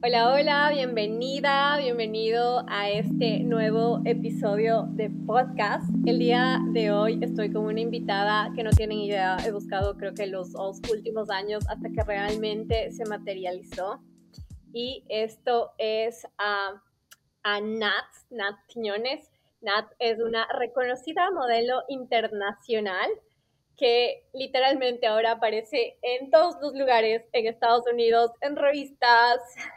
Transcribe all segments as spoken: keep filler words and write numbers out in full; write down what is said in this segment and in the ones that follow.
Hola, hola, bienvenida, bienvenido a este nuevo episodio de podcast. El día de hoy estoy con una invitada que no tienen idea, he buscado creo que los dos últimos años hasta que realmente se materializó. Y esto es uh, a Nat, Nat Quiñones. Nat es una reconocida modelo internacional que literalmente ahora aparece en todos los lugares, en Estados Unidos, en revistas,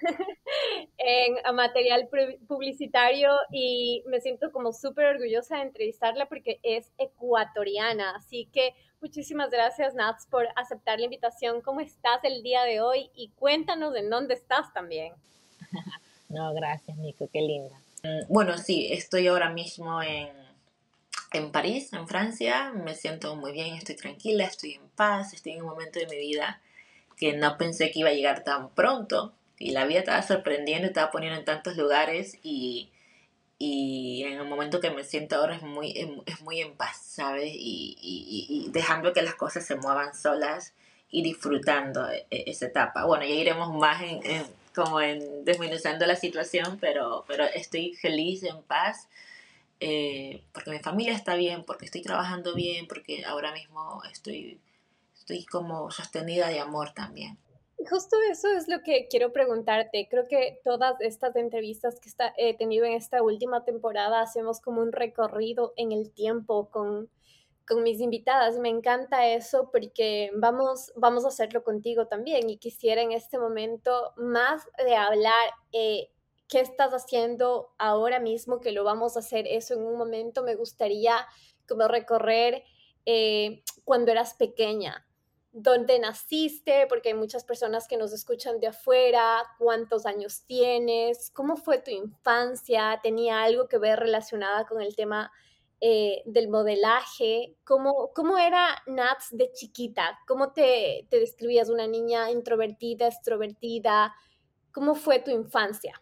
en material publicitario, y me siento como súper orgullosa de entrevistarla porque es ecuatoriana. Así que muchísimas gracias, Nats, por aceptar la invitación. ¿Cómo estás el día de hoy? Y cuéntanos en dónde estás también. No, gracias, Nico, qué linda. Bueno, sí, estoy ahora mismo en, en París, en Francia. Me siento muy bien, estoy tranquila, estoy en paz, estoy en un momento de mi vida que no pensé que iba a llegar tan pronto. Y la vida estaba sorprendiendo, estaba poniendo en tantos lugares y, y en el momento que me siento ahora es muy, es muy en paz, ¿sabes? Y, y, y dejando que las cosas se muevan solas y disfrutando esa etapa. Bueno, ya iremos más en, en como en desmenuzando la situación, pero, pero estoy feliz, en paz, eh, porque mi familia está bien, porque estoy trabajando bien, porque ahora mismo estoy, estoy como sostenida de amor también. Justo eso es lo que quiero preguntarte. Creo que todas estas entrevistas que está, he tenido en esta última temporada hacemos como un recorrido en el tiempo con, con mis invitadas. Me encanta eso porque vamos, vamos a hacerlo contigo también, y quisiera en este momento más de hablar eh, qué estás haciendo ahora mismo, que lo vamos a hacer eso en un momento. Me gustaría como recorrer eh, cuando eras pequeña, dónde naciste, porque hay muchas personas que nos escuchan de afuera, cuántos años tienes, cómo fue tu infancia, tenía algo que ver relacionada con el tema eh, del modelaje, ¿cómo, cómo era Nats de chiquita? ¿Cómo te, te describías? ¿Una niña introvertida, extrovertida? ¿Cómo fue tu infancia?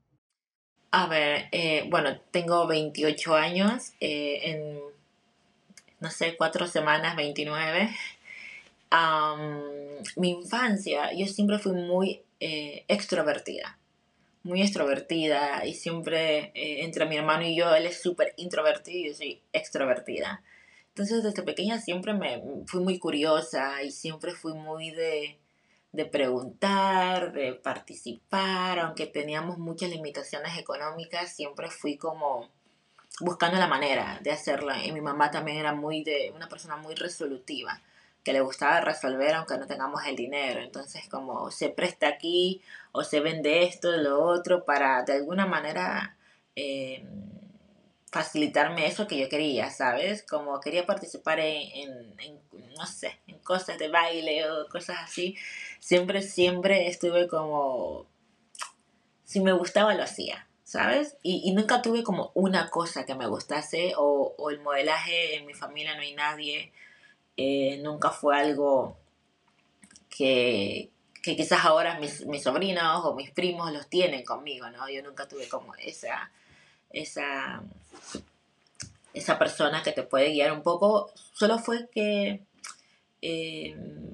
A ver, eh, bueno, tengo veintiocho años, eh, en, no sé, cuatro semanas, veintinueve. Um, Mi infancia, yo siempre fui muy eh, extrovertida, muy extrovertida y siempre eh, entre mi hermano y yo, él es súper introvertido y yo soy extrovertida. Entonces desde pequeña siempre me fui muy curiosa y siempre fui muy de, de preguntar, de participar, aunque teníamos muchas limitaciones económicas, siempre fui como buscando la manera de hacerlo. Y mi mamá también era muy de una persona muy resolutiva, que le gustaba resolver aunque no tengamos el dinero. Entonces, como se presta aquí o se vende esto, lo otro, para de alguna manera eh, facilitarme eso que yo quería, ¿sabes? Como quería participar en, en, en, no sé, en cosas de baile o cosas así. Siempre, siempre estuve como, si me gustaba lo hacía, ¿sabes? Y, y nunca tuve como una cosa que me gustase o, o el modelaje, en mi familia no hay nadie, eh, nunca fue algo que, que quizás ahora mis, mis sobrinos o mis primos los tienen conmigo, ¿no? Yo nunca tuve como esa, esa, esa persona que te puede guiar un poco, solo fue que eh,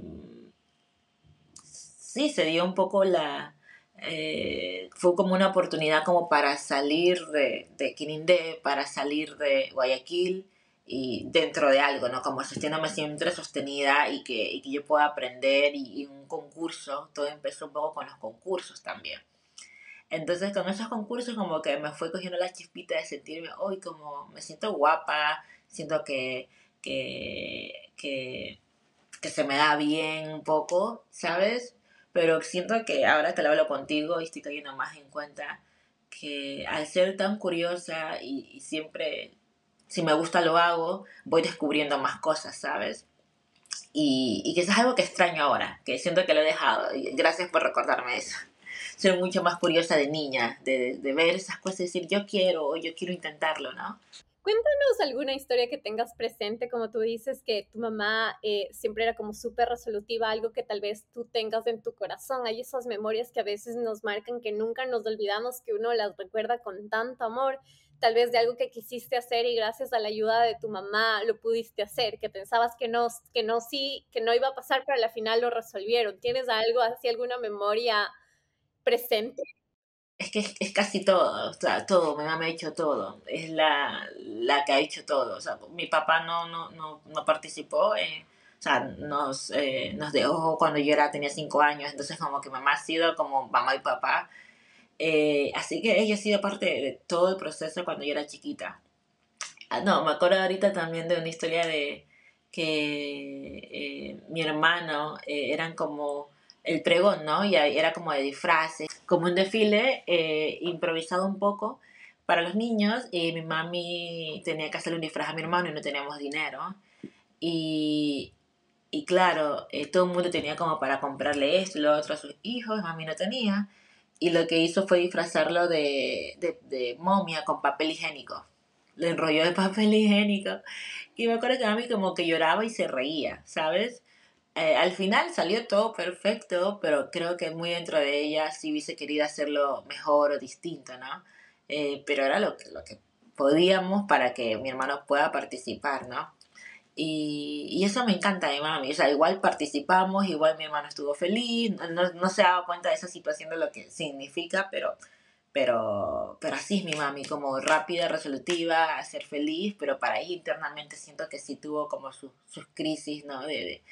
sí se dio un poco la... Eh, fue como una oportunidad como para salir de, de Quirindé, para salir de Guayaquil y dentro de algo, ¿no? Como sintiéndome siempre sostenida y que, y que yo pueda aprender y, y un concurso, todo empezó un poco con los concursos también. Entonces con esos concursos como que me fue cogiendo la chispita de sentirme, hoy como me siento guapa, siento que, que, que que se me da bien un poco, ¿sabes? Pero siento que ahora que lo hablo contigo y estoy cayendo más en cuenta que al ser tan curiosa y, y siempre, si me gusta lo hago, voy descubriendo más cosas, ¿sabes? Y, y que eso es algo que extraño ahora, que siento que lo he dejado. Y gracias por recordarme eso. Soy mucho más curiosa de niña, de, de ver esas cosas y decir, yo quiero o yo quiero intentarlo, ¿no? Cuéntanos alguna historia que tengas presente, como tú dices, que tu mamá eh, siempre era como súper resolutiva, algo que tal vez tú tengas en tu corazón. Hay esas memorias que a veces nos marcan, que nunca nos olvidamos, que uno las recuerda con tanto amor, tal vez de algo que quisiste hacer y gracias a la ayuda de tu mamá lo pudiste hacer, que pensabas que no, que no, sí, que no iba a pasar, pero al final lo resolvieron. ¿Tienes algo así, alguna memoria presente. Es que es, es casi todo, o sea, todo, mi mamá ha hecho todo, es la, la que ha hecho todo, o sea, mi papá no, no, no, no participó, eh, o sea, nos, eh, nos dejó cuando yo era, tenía cinco años, entonces como que mamá ha sido como mamá y papá, eh, así que ella ha sido parte de todo el proceso cuando yo era chiquita. Ah, no, me acuerdo ahorita también de una historia de que eh, mi hermano eh, eran como el pregón, ¿no? Y ahí era como de disfraces, como un desfile eh, improvisado un poco para los niños y mi mami tenía que hacerle un disfraz a mi hermano y no teníamos dinero. Y, y claro, eh, todo el mundo tenía como para comprarle esto y lo otro a sus hijos, mami no tenía. Y lo que hizo fue disfrazarlo de, de, de momia con papel higiénico. Lo enrolló de papel higiénico. Y me acuerdo que mami como que lloraba y se reía, ¿sabes? Eh, al final salió todo perfecto, pero creo que muy dentro de ella sí hubiese querido hacerlo mejor o distinto, ¿no? Eh, pero era lo que, lo que podíamos para que mi hermano pueda participar, ¿no? Y, y eso me encanta de mami. O sea, igual participamos, igual mi hermano estuvo feliz, no, no, no se ha dado cuenta de esa situación de lo que significa, pero, pero, pero así es mi mami, como rápida, resolutiva, a ser feliz, pero para ella internamente siento que sí tuvo como sus, sus crisis, ¿no? De, de,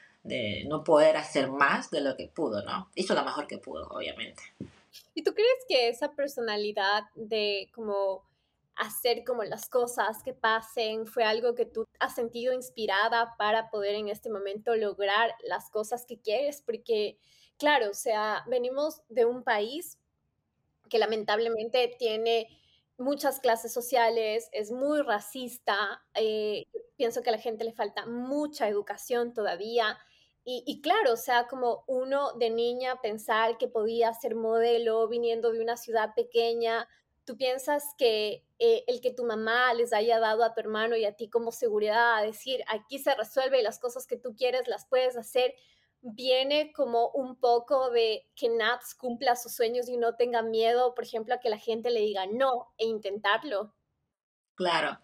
de no poder hacer más de lo que pudo, ¿no? Hizo lo mejor que pudo, obviamente. ¿Y tú crees que esa personalidad de como hacer como las cosas que pasen fue algo que tú has sentido inspirada para poder en este momento lograr las cosas que quieres? Porque, claro, o sea, venimos de un país que lamentablemente tiene muchas clases sociales, es muy racista, eh, pienso que a la gente le falta mucha educación todavía. Y, y claro, o sea, como uno de niña pensar que podía ser modelo viniendo de una ciudad pequeña, tú piensas que eh, el que tu mamá les haya dado a tu hermano y a ti como seguridad a decir, aquí se resuelve y las cosas que tú quieres las puedes hacer, viene como un poco de que Nats cumpla sus sueños y no tenga miedo, por ejemplo, a que la gente le diga no e intentarlo. Claro.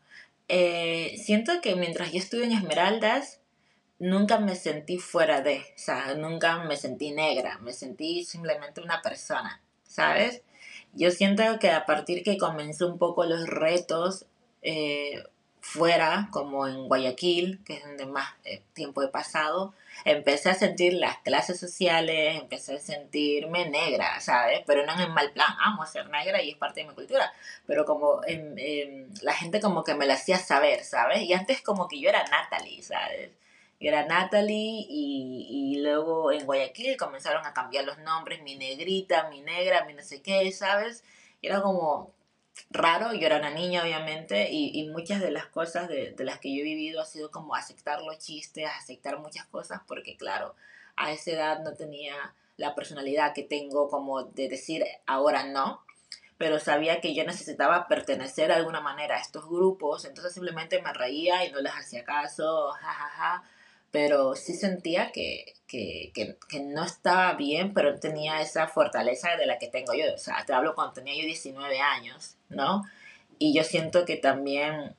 Eh, siento que mientras yo estuve en Esmeraldas, nunca me sentí fuera de, o sea, nunca me sentí negra, me sentí simplemente una persona, ¿sabes? Yo siento que a partir que comenzó un poco los retos eh, fuera, como en Guayaquil, que es donde más eh, tiempo he pasado, empecé a sentir las clases sociales, empecé a sentirme negra, ¿sabes? Pero no en el mal plan, amo ser negra y es parte de mi cultura, pero como en, en, la gente como que me lo hacía saber, ¿sabes? Y antes como que yo era Natalie, ¿sabes? Yo era Natalie y, y luego en Guayaquil comenzaron a cambiar los nombres, mi negrita, mi negra, mi no sé qué, ¿sabes? Y era como raro, yo era una niña obviamente y, y muchas de las cosas de, de las que yo he vivido ha sido como aceptar los chistes, aceptar muchas cosas porque claro, a esa edad no tenía la personalidad que tengo como de decir ahora no, pero sabía que yo necesitaba pertenecer de alguna manera a estos grupos, entonces simplemente me reía y no les hacía caso, jajaja, ja, ja, pero sí sentía que, que, que, que, no estaba bien, pero tenía esa fortaleza de la que tengo yo, o sea, te hablo cuando tenía yo diecinueve años, ¿no? Y yo siento que también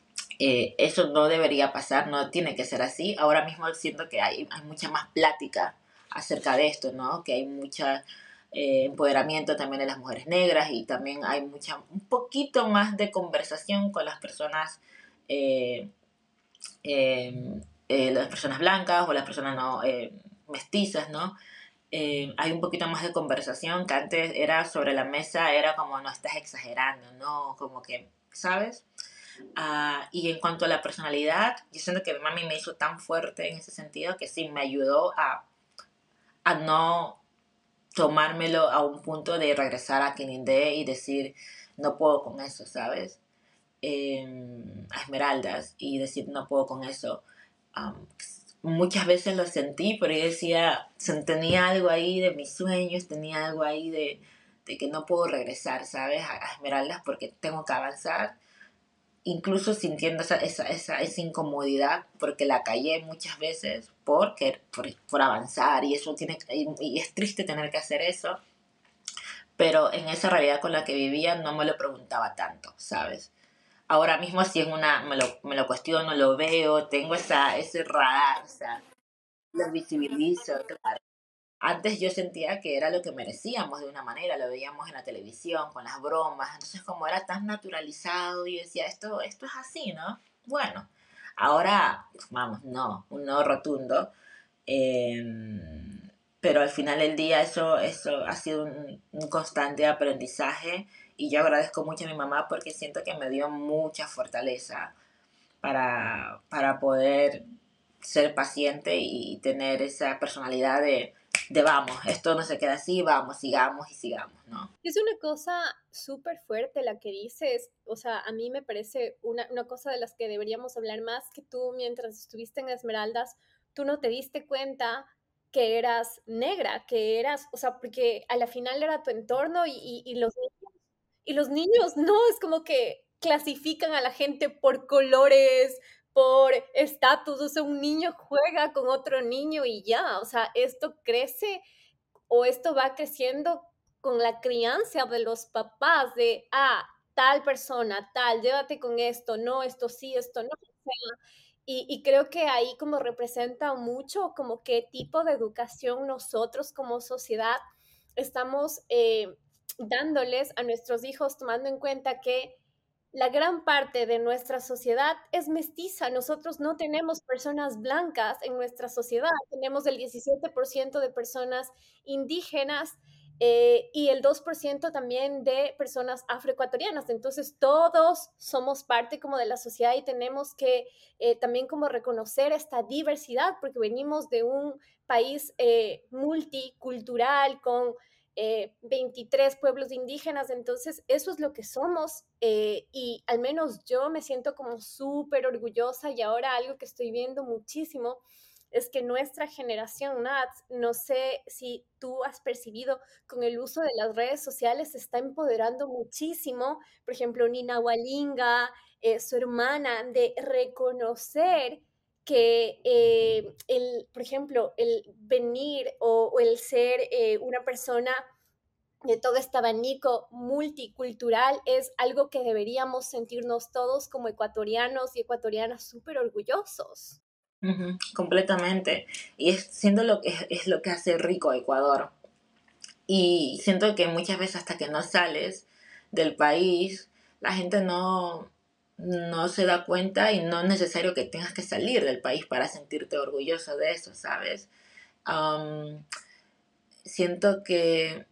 eh, eso no debería pasar, no tiene que ser así. Ahora mismo siento que hay, hay mucha más plática acerca de esto, ¿no? Que hay mucha eh, empoderamiento también de las mujeres negras y también hay mucha, un poquito más de conversación con las personas, eh, eh, eh, las personas blancas o las personas no eh, mestizas, ¿no? Eh, hay un poquito más de conversación que antes era sobre la mesa, era como no estás exagerando, ¿no? Como que, ¿sabes? Uh, y en cuanto a la personalidad, yo siento que mami me hizo tan fuerte en ese sentido que sí me ayudó a, a no tomármelo a un punto de regresar a Quinindé y decir, no puedo con eso, ¿sabes? Eh, a Esmeraldas y decir, no puedo con eso. Um, muchas veces lo sentí, pero yo decía, tenía algo ahí de mis sueños, tenía algo ahí de, de que no puedo regresar, ¿sabes? A, a Esmeraldas porque tengo que avanzar incluso sintiendo esa, esa, esa, esa incomodidad porque la callé muchas veces por, por, por avanzar y eso tiene y, y es triste tener que hacer eso, pero en esa realidad con la que vivía no me lo preguntaba tanto, ¿sabes? Ahora mismo si en una me lo, me lo cuestiono, lo veo, tengo esa, ese radar, o sea, lo visibilizo, claro. antes yo sentía que era lo que merecíamos de una manera, lo veíamos en la televisión, con las bromas, entonces como era tan naturalizado, yo decía, esto, esto es así, ¿no? Bueno, ahora, vamos, no, un no rotundo, eh, pero al final del día eso, eso ha sido un, un constante aprendizaje y yo agradezco mucho a mi mamá porque siento que me dio mucha fortaleza para, para poder ser paciente y tener esa personalidad de, de vamos, esto no se queda así, vamos, sigamos y sigamos, ¿no? Es una cosa súper fuerte la que dices, o sea, a mí me parece una, una cosa de las que deberíamos hablar más, que tú mientras estuviste en Esmeraldas, tú no te diste cuenta que eras negra, que eras, o sea, porque a la final era tu entorno y, y, y los y los niños, no, es como que clasifican a la gente por colores, por estatus, o sea, un niño juega con otro niño y ya, o sea, esto crece o esto va creciendo con la crianza de los papás de, ah, tal persona, tal, llévate con esto, no, esto sí, esto no. O sea, y, y creo que ahí como representa mucho como qué tipo de educación nosotros como sociedad estamos eh, dándoles a nuestros hijos, tomando en cuenta que la gran parte de nuestra sociedad es mestiza. Nosotros no tenemos personas blancas en nuestra sociedad, tenemos el diecisiete por ciento de personas indígenas eh, y el dos por ciento también de personas afroecuatorianas. Entonces, todos somos parte como de la sociedad y tenemos que eh, también como reconocer esta diversidad porque venimos de un país eh, multicultural con eh, veintitrés pueblos indígenas, entonces eso es lo que somos eh, y al menos yo me siento como súper orgullosa y ahora algo que estoy viendo muchísimo es que nuestra generación, Nats, no sé si tú has percibido con el uso de las redes sociales, se está empoderando muchísimo, por ejemplo, Nina Walinga, eh, su hermana, de reconocer que eh, el, por ejemplo, el venir o, o el ser eh, una persona de todo este abanico multicultural es algo que deberíamos sentirnos todos como ecuatorianos y ecuatorianas súper orgullosos. Ujú, completamente. Y es, siento lo que es, es lo que hace rico a Ecuador. Y siento que muchas veces hasta que no sales del país, la gente no, no se da cuenta y no es necesario que tengas que salir del país para sentirte orgulloso de eso, ¿sabes? Um, siento que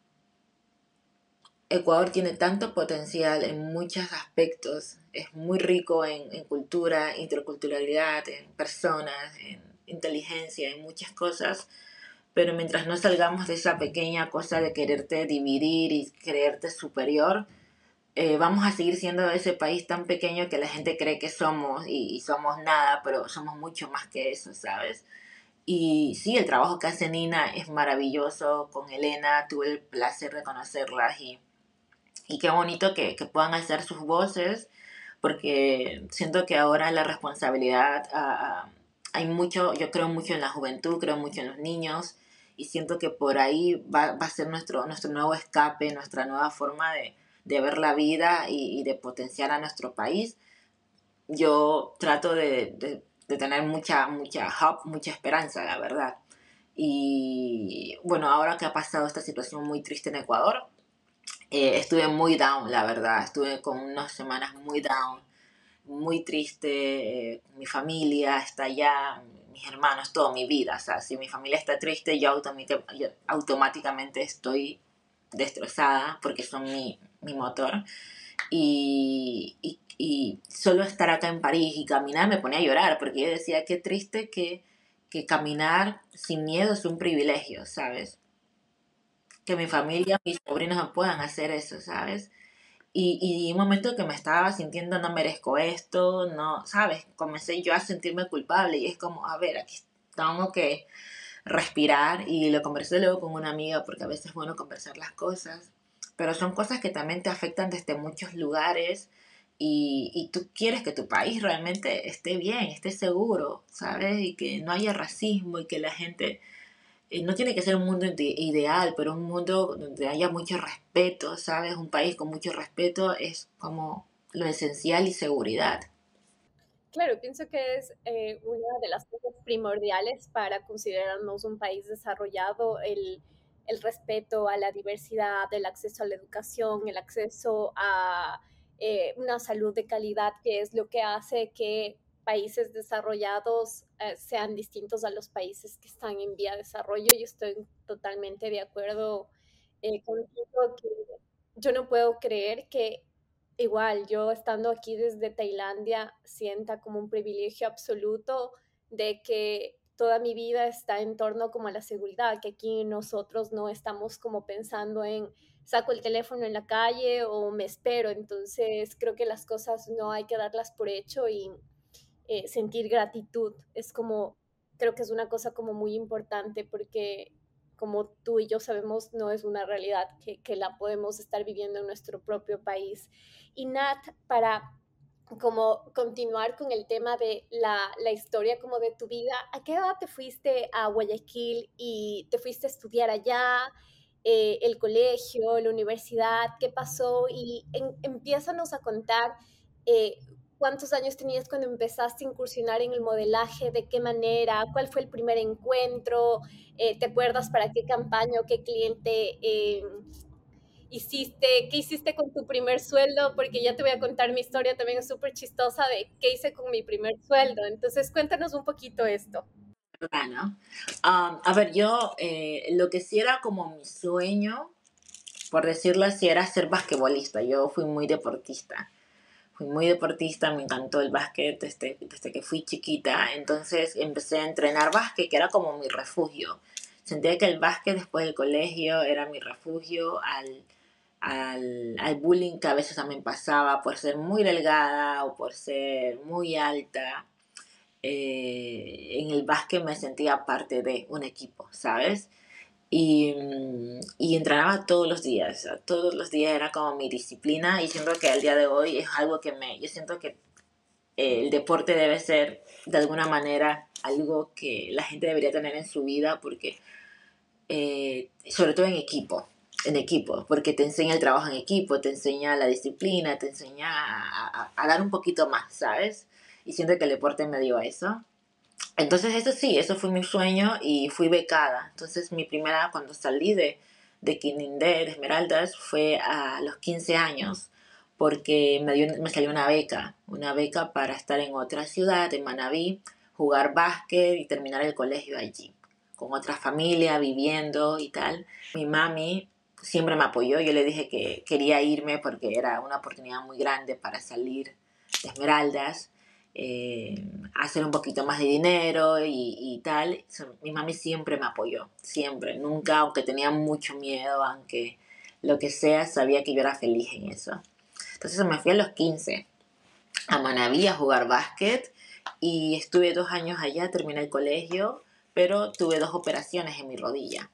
Ecuador tiene tanto potencial en muchos aspectos. Es muy rico en, en cultura, interculturalidad, en personas, en inteligencia, en muchas cosas. Pero mientras no salgamos de esa pequeña cosa de quererte dividir y creerte superior, eh, vamos a seguir siendo ese país tan pequeño que la gente cree que somos y, y somos nada, pero somos mucho más que eso, ¿sabes? Y sí, el trabajo que hace Nina es maravilloso. Con Elena tuve el placer de conocerlas y y qué bonito que, que puedan alzar sus voces, porque siento que ahora la responsabilidad, uh, hay mucho, yo creo mucho en la juventud, creo mucho en los niños, y siento que por ahí va, va a ser nuestro, nuestro nuevo escape, nuestra nueva forma de, de ver la vida y, y de potenciar a nuestro país. Yo trato de, de, de tener mucha, mucha hope, mucha esperanza, la verdad. Y bueno, ahora que ha pasado esta situación muy triste en Ecuador, eh, estuve muy down, la verdad. Estuve con unas semanas muy down, muy triste. Eh, mi familia está allá, mis hermanos, toda mi vida. O sea, si mi familia está triste, yo, yo automáticamente estoy destrozada porque son mi, mi motor. Y, y, y solo estar acá en París y caminar me ponía a llorar porque yo decía, qué triste que, que caminar sin miedo es un privilegio, ¿sabes? Que mi familia, mis sobrinos no puedan hacer eso, ¿sabes? Y, y un momento que me estaba sintiendo no merezco esto, no, ¿sabes? Comencé yo a sentirme culpable y es como, a ver, aquí tengo que respirar y lo conversé luego con una amiga porque a veces es bueno conversar las cosas, pero son cosas que también te afectan desde muchos lugares y, y tú quieres que tu país realmente esté bien, esté seguro, ¿sabes? Y que no haya racismo y que la gente eh, no tiene que ser un mundo ide- ideal, pero un mundo donde haya mucho respeto, ¿sabes? Un país con mucho respeto es como lo esencial y seguridad. Claro, pienso que es eh, una de las cosas primordiales para considerarnos un país desarrollado, el, el respeto a la diversidad, el acceso a la educación, el acceso a eh, una salud de calidad, que es lo que hace que países desarrollados eh, sean distintos a los países que están en vía de desarrollo. Yo estoy totalmente de acuerdo eh, contigo que yo no puedo creer que igual yo estando aquí desde Tailandia sienta como un privilegio absoluto de que toda mi vida está en torno como a la seguridad, que aquí nosotros no estamos como pensando en saco el teléfono en la calle o me espero, entonces creo que las cosas no hay que darlas por hecho y eh, sentir gratitud. Es como, creo que es una cosa como muy importante porque como tú y yo sabemos, no es una realidad que, que la podemos estar viviendo en nuestro propio país. Y Nat, para como continuar con el tema de la, la historia como de tu vida, ¿a qué edad te fuiste a Guayaquil y te fuiste a estudiar allá? Eh, el colegio, la universidad, ¿qué pasó? Y en, empiézanos a contar eh, cuántos años tenías cuando empezaste a incursionar en el modelaje, de qué manera, cuál fue el primer encuentro, eh, ¿te acuerdas para qué campaña o qué cliente eh, hiciste, qué hiciste con tu primer sueldo? Porque ya te voy a contar mi historia también es súper chistosa de qué hice con mi primer sueldo. Entonces cuéntanos un poquito esto. ¿Verdad, no? Um, a ver, yo eh, lo que sí era como mi sueño, por decirlo así, era ser basquetbolista. Yo fui muy deportista. Fui muy deportista, me encantó el básquet desde, desde que fui chiquita. Entonces empecé a entrenar básquet, que era como mi refugio. Sentía que el básquet después del colegio era mi refugio al, al, al bullying que a veces también pasaba por ser muy delgada o por ser muy alta. Eh, en el básquet me sentía parte de un equipo, ¿sabes? Y, mm, y entrenaba todos los días, o sea, todos los días era como mi disciplina y siento que al día de hoy es algo que me, yo siento que eh, el deporte debe ser de alguna manera algo que la gente debería tener en su vida porque, eh, sobre todo en equipo, en equipo, porque te enseña el trabajo en equipo, te enseña la disciplina, te enseña a, a, a dar un poquito más, ¿sabes? Y siento que el deporte me dio eso. Entonces eso sí, eso fue mi sueño y fui becada. Entonces mi primera, cuando salí de, de Quinindé, de Esmeraldas, fue a los quince años, porque me, dio, me salió una beca, una beca para estar en otra ciudad, en Manabí, jugar básquet y terminar el colegio allí, con otra familia, viviendo y tal. Mi mami siempre me apoyó, yo le dije que quería irme porque era una oportunidad muy grande para salir de Esmeraldas, eh, hacer un poquito más de dinero y, y tal. So, mi mami siempre me apoyó, siempre, nunca, aunque tenía mucho miedo, aunque lo que sea, sabía que yo era feliz en eso. Entonces me fui a los quince a Manabí a jugar básquet y estuve dos años allá, terminé el colegio, pero tuve dos operaciones en mi rodilla.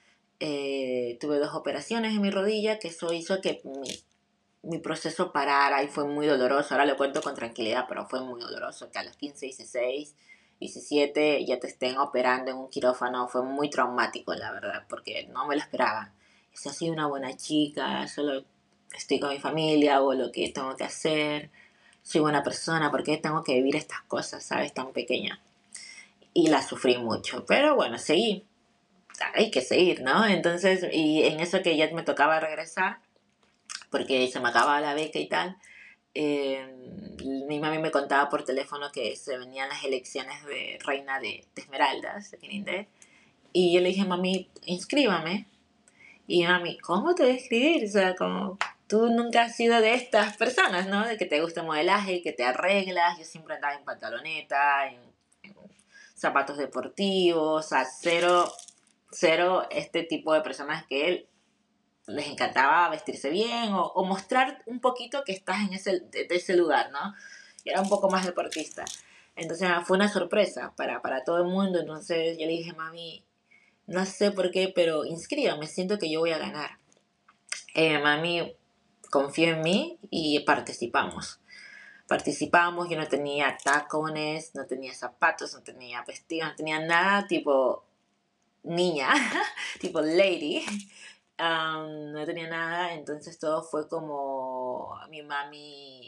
Eh, tuve dos operaciones en mi rodilla que eso hizo que mi mi proceso parara y fue muy doloroso. Ahora lo cuento con tranquilidad, pero fue muy doloroso que a los quince, dieciséis, diecisiete ya te estén operando en un quirófano. Fue muy traumático, la verdad, porque no me lo esperaba. Si soy una buena chica, solo estoy con mi familia, hago lo que tengo que hacer, soy buena persona, ¿por qué tengo que vivir estas cosas, sabes, tan pequeña? Y la sufrí mucho, pero bueno, seguí. Hay que seguir, ¿no? Entonces, y en eso que ya me tocaba regresar, porque se me acababa la beca y tal, eh, mi mami me contaba por teléfono que se venían las elecciones de reina de, de Esmeraldas, de Quinindé, y yo le dije, mami, inscríbame. Y mami, ¿cómo te voy a escribir? O sea, como tú nunca has sido de estas personas, ¿no? De que te gusta el modelaje, que te arreglas. Yo siempre andaba en pantaloneta, en, en zapatos deportivos, a cero, cero este tipo de personas que él les encantaba vestirse bien o, o mostrar un poquito que estás en ese, de, de ese lugar, ¿no? Y era un poco más deportista. Entonces fue una sorpresa para, para todo el mundo. Entonces yo le dije, mami, no sé por qué, pero inscríbame, siento que yo voy a ganar. Eh, mami confió en mí y participamos. Participamos, yo no tenía tacones, no tenía zapatos, no tenía vestidos, no tenía nada tipo niña, tipo lady. Um, no tenía nada, entonces todo fue como mi mami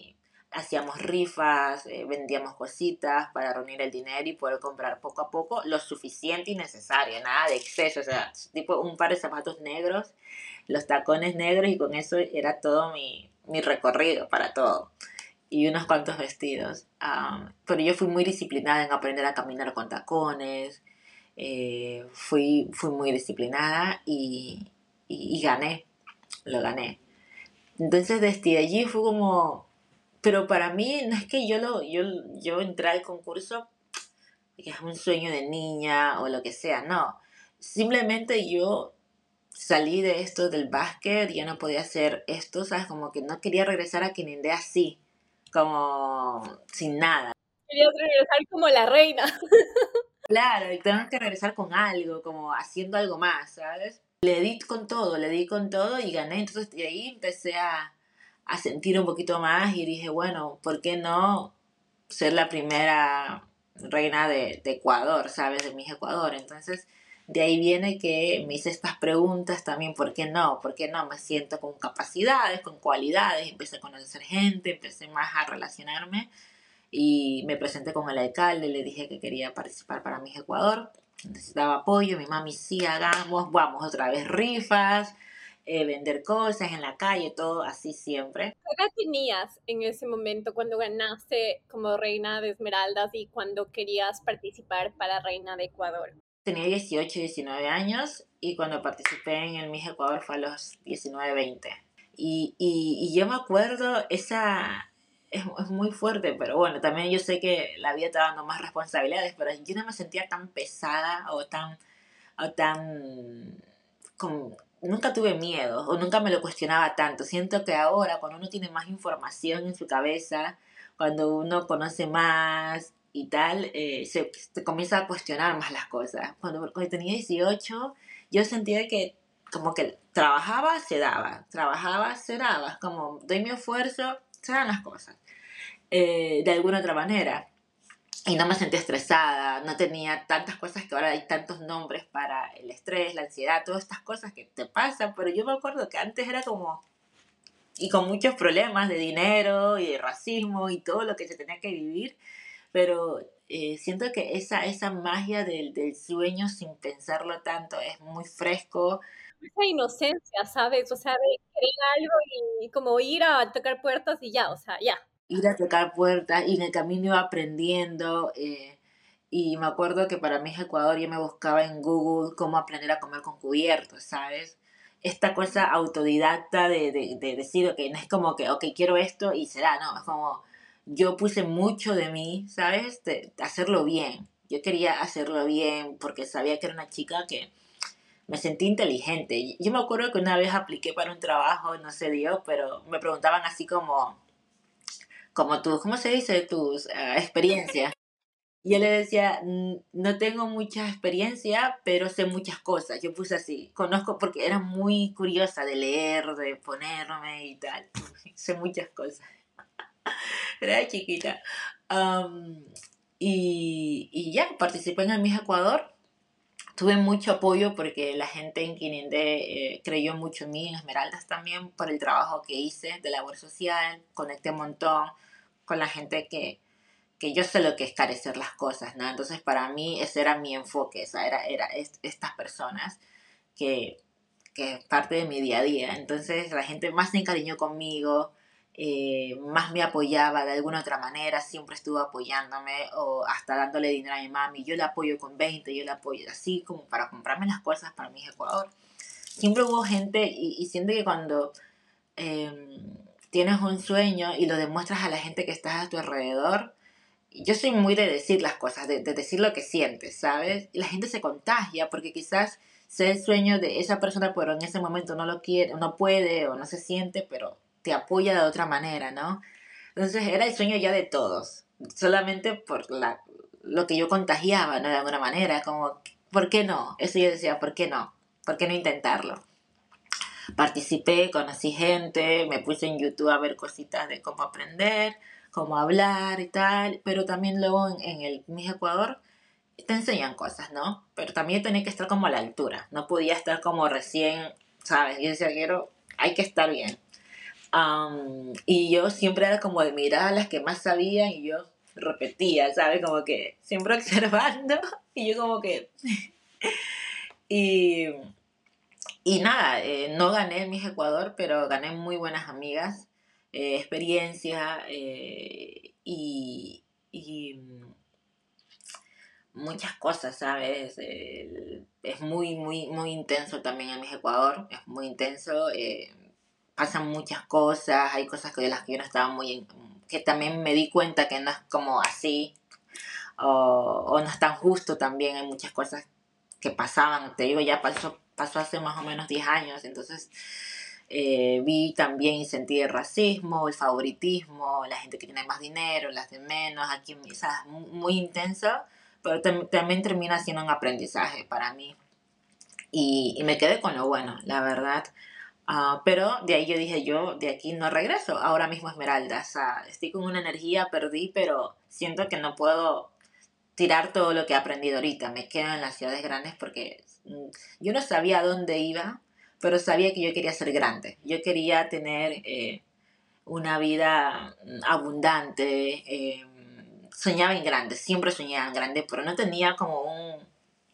hacíamos rifas, eh, vendíamos cositas para reunir el dinero y poder comprar poco a poco lo suficiente y necesario, nada de exceso, o sea, tipo un par de zapatos negros, los tacones negros y con eso era todo mi, mi recorrido para todo. Y unos cuantos vestidos. Um, pero yo fui muy disciplinada en aprender a caminar con tacones, eh, fui, fui muy disciplinada y, y, y gané, lo gané. Entonces desde allí fue como, pero para mí no es que yo lo, yo, yo entré al concurso que es un sueño de niña o lo que sea, no. Simplemente yo salí de esto del básquet, ya no podía hacer esto, ¿sabes? Como que no quería regresar a Quinindé así, como sin nada. Querías regresar como la reina. Claro, y tengo que regresar con algo, como haciendo algo más, ¿sabes? Le di con todo, le di con todo y gané. Entonces de ahí empecé a, a sentir un poquito más y dije, bueno, ¿por qué no ser la primera reina de, de Ecuador, ¿sabes? De Miss Ecuador. Entonces de ahí viene que me hice estas preguntas también, ¿por qué no? ¿Por qué no? Me siento con capacidades, con cualidades, empecé a conocer gente, empecé más a relacionarme y me presenté con el alcalde, le dije que quería participar para Miss Ecuador, necesitaba apoyo, mi mami sí, hagamos, vamos otra vez rifas, eh, vender cosas en la calle, todo así siempre. ¿Qué edad tenías en ese momento cuando ganaste como reina de Esmeraldas y cuando querías participar para reina de Ecuador? Tenía dieciocho, diecinueve años y cuando participé en el Miss Ecuador fue a los diecinueve, veinte. Y, y, y yo me acuerdo, esa es, es muy fuerte, pero bueno, también yo sé que la vida te va dando más responsabilidades, pero yo no me sentía tan pesada o tan, o tan, como, nunca tuve miedo o nunca me lo cuestionaba tanto. Siento que ahora, cuando uno tiene más información en su cabeza, cuando uno conoce más y tal, eh, se, se comienza a cuestionar más las cosas. Cuando, cuando tenía dieciocho, yo sentía que como que trabajaba, se daba, trabajaba, se daba, como doy mi esfuerzo, se dan las cosas, eh, de alguna otra manera. Y no me sentía estresada, no tenía tantas cosas que ahora hay tantos nombres para el estrés, la ansiedad, todas estas cosas que te pasan, pero yo me acuerdo que antes era como, y con muchos problemas de dinero y de racismo y todo lo que se tenía que vivir, pero eh, siento que esa, esa magia del, del sueño sin pensarlo tanto es muy fresco. Esa inocencia, ¿sabes? O sea, de querer algo y como ir a tocar puertas y ya, o sea, ya. Ir a tocar puertas y en el camino iba aprendiendo. Eh, y me acuerdo que para mí Ecuador yo me buscaba en Google cómo aprender a comer con cubiertos, ¿sabes? Esta cosa autodidacta de, de, de decir, ok, no es como que, ok, quiero esto y será, no, es como yo puse mucho de mí, ¿sabes? De, de hacerlo bien. Yo quería hacerlo bien porque sabía que era una chica que me sentí inteligente. Yo me acuerdo que una vez apliqué para un trabajo, no se dio, pero me preguntaban así como como tus, ¿cómo se dice? Tus uh, experiencias. Y yo le decía, no tengo mucha experiencia, pero sé muchas cosas. Yo puse así, conozco porque era muy curiosa de leer, de ponerme y tal. Sé muchas cosas. Era chiquita. Um, y, y ya, participé en el Miss Ecuador. Tuve mucho apoyo porque la gente en Quinindé eh, creyó mucho en mí, en Esmeraldas también, por el trabajo que hice de labor social. Conecté un montón con la gente que, que yo sé lo que es carecer las cosas, ¿no? Entonces para mí ese era mi enfoque, esa era, era est- estas personas que, que es parte de mi día a día. Entonces la gente más se encariñó conmigo, eh, más me apoyaba de alguna otra manera, siempre estuvo apoyándome o hasta dándole dinero a mi mami. Yo le apoyo con veinte, yo le apoyo así como para comprarme las cosas para mi Ecuador. Siempre hubo gente y, y siento que cuando eh, tienes un sueño y lo demuestras a la gente que está a tu alrededor, yo soy muy de decir las cosas, de, de decir lo que sientes, ¿sabes? Y la gente se contagia porque quizás sea el sueño de esa persona, pero en ese momento no lo quiere, no puede o no se siente, pero te apoya de otra manera, ¿no? Entonces era el sueño ya de todos, solamente por la, lo que yo contagiaba, ¿no? De alguna manera, como, ¿por qué no? Eso yo decía, ¿por qué no? ¿Por qué no intentarlo? Participé, conocí gente, me puse en YouTube a ver cositas de cómo aprender, cómo hablar y tal, pero también luego en, en el Miss Ecuador te enseñan cosas, ¿no? Pero también tenía que estar como a la altura, no podía estar como recién, ¿sabes? Yo decía, quiero, hay que estar bien. Am, y yo siempre era como de mirar a las que más sabían y yo repetía, ¿sabes? Como que siempre observando y yo como que... Y, y nada, eh, no gané Miss Ecuador, pero gané muy buenas amigas, eh, experiencia eh, y, y muchas cosas, ¿sabes? Eh, es muy, muy, muy intenso también en Miss Ecuador, es muy intenso, eh, pasan muchas cosas, hay cosas que de las que yo no estaba muy... En- que también me di cuenta que no es como así, o, o no es tan justo también, hay muchas cosas que pasaban, te digo, ya pasó, pasó hace más o menos diez años, entonces eh, vi también y sentí el racismo, el favoritismo, la gente que tiene más dinero, las de menos, aquí, o sea, muy, muy intenso, pero tam- también termina siendo un aprendizaje para mí. Y, y me quedé con lo bueno, la verdad. Ah, pero de ahí yo dije, yo de aquí no regreso, ahora mismo Esmeralda, o sea, estoy con una energía, perdí, pero siento que no puedo tirar todo lo que he aprendido ahorita. Me quedo en las ciudades grandes porque mm, yo no sabía a dónde iba, pero sabía que yo quería ser grande. Yo quería tener eh, una vida mm, abundante. Eh, soñaba en grande, siempre soñaba en grande, pero no tenía como un,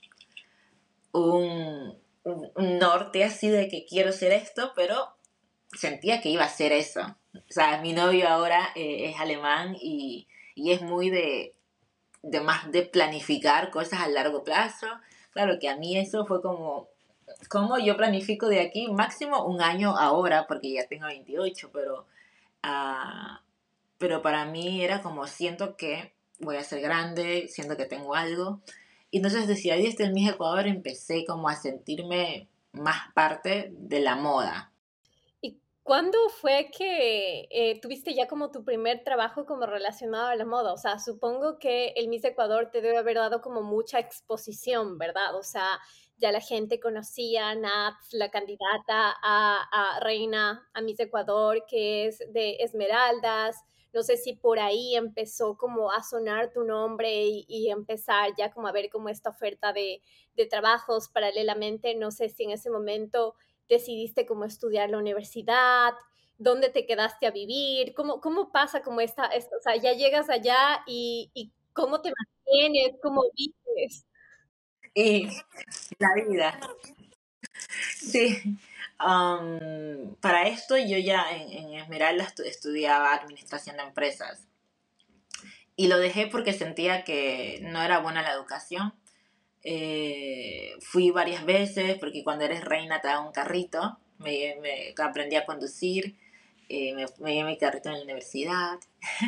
un, un, un norte así de que quiero ser esto, pero sentía que iba a ser eso. O sea, mi novio ahora eh, es alemán y, y es muy de de más de planificar cosas a largo plazo. Claro que a mí eso fue como, como yo planifico de aquí máximo un año ahora, porque ya tengo veintiocho, pero, uh, pero para mí era como siento que voy a ser grande, siento que tengo algo. Y entonces decía, ahí desde el Miss Ecuador empecé como a sentirme más parte de la moda. ¿Y cuándo fue que eh, tuviste ya como tu primer trabajo como relacionado a la moda? O sea, supongo que el Miss Ecuador te debe haber dado como mucha exposición, ¿verdad? O sea, ya la gente conocía a Nats, la candidata a, a reina, a Miss Ecuador, que es de Esmeraldas. No sé si por ahí empezó como a sonar tu nombre y, y empezar ya como a ver como esta oferta de, de trabajos paralelamente. No sé si en ese momento decidiste cómo estudiar la universidad, dónde te quedaste a vivir, cómo, cómo pasa como esta, esta, o sea, ya llegas allá y, y cómo te mantienes, cómo vives. Y la vida. Sí. Um, para esto yo ya en, en Esmeralda estu- estudiaba administración de empresas y lo dejé porque sentía que no era buena la educación. Eh, fui varias veces porque cuando eres reina te dan un carrito, me, me aprendí a conducir, eh, me, me llevé mi carrito en la universidad.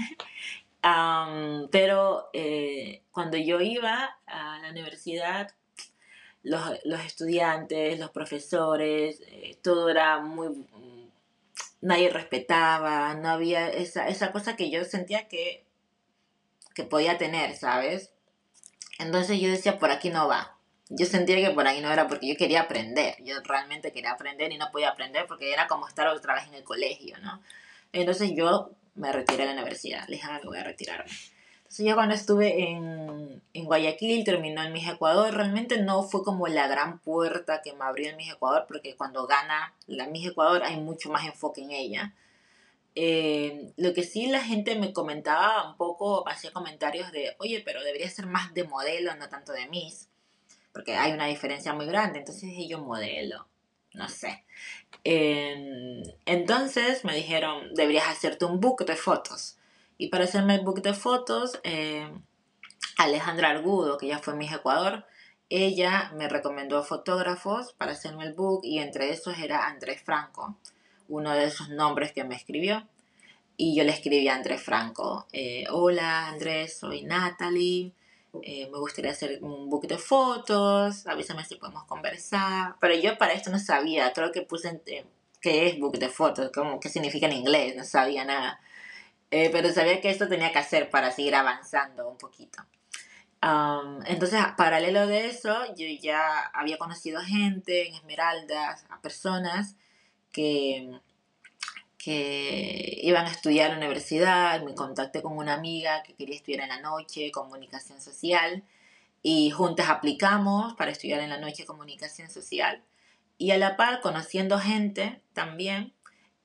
Um, pero eh, cuando yo iba a la universidad los, los estudiantes, los profesores, eh, todo era muy... Nadie respetaba, no había esa, esa cosa que yo sentía que, que podía tener, ¿sabes? Entonces yo decía, por aquí no va. Yo sentía que por ahí no era porque yo quería aprender. Yo realmente quería aprender y no podía aprender porque era como estar otra vez en el colegio, ¿no? Entonces yo me retiré de la universidad. Le dije, ah, me voy a retirarme. Entonces yo cuando estuve en, en Guayaquil, terminó el Miss Ecuador, realmente no fue como la gran puerta que me abrió el Miss Ecuador, porque cuando gana la Miss Ecuador hay mucho más enfoque en ella. Eh, lo que sí la gente me comentaba un poco, hacía comentarios de, oye, pero debería ser más de modelo, no tanto de Miss, porque hay una diferencia muy grande. Entonces dije yo modelo, no sé. Eh, entonces me dijeron, deberías hacerte un book de fotos. Y para hacerme el book de fotos, eh, Alejandra Argudo, que ya fue Miss Ecuador, ella me recomendó fotógrafos para hacerme el book y entre esos era Andrés Franco, uno de esos nombres que me escribió. Y yo le escribí a Andrés Franco, eh, hola Andrés, soy Natalie, eh, me gustaría hacer un book de fotos, avísame si podemos conversar. Pero yo para esto no sabía, creo que puse en, eh, qué es book de fotos, como, qué significa en inglés, no sabía nada. Eh, pero sabía que esto tenía que hacer para seguir avanzando un poquito. Um, entonces, paralelo de eso, yo ya había conocido gente en Esmeraldas, a personas que, que iban a estudiar en la universidad. Me contacté con una amiga que quería estudiar en la noche comunicación social y juntas aplicamos para estudiar en la noche comunicación social. Y a la par, conociendo gente también,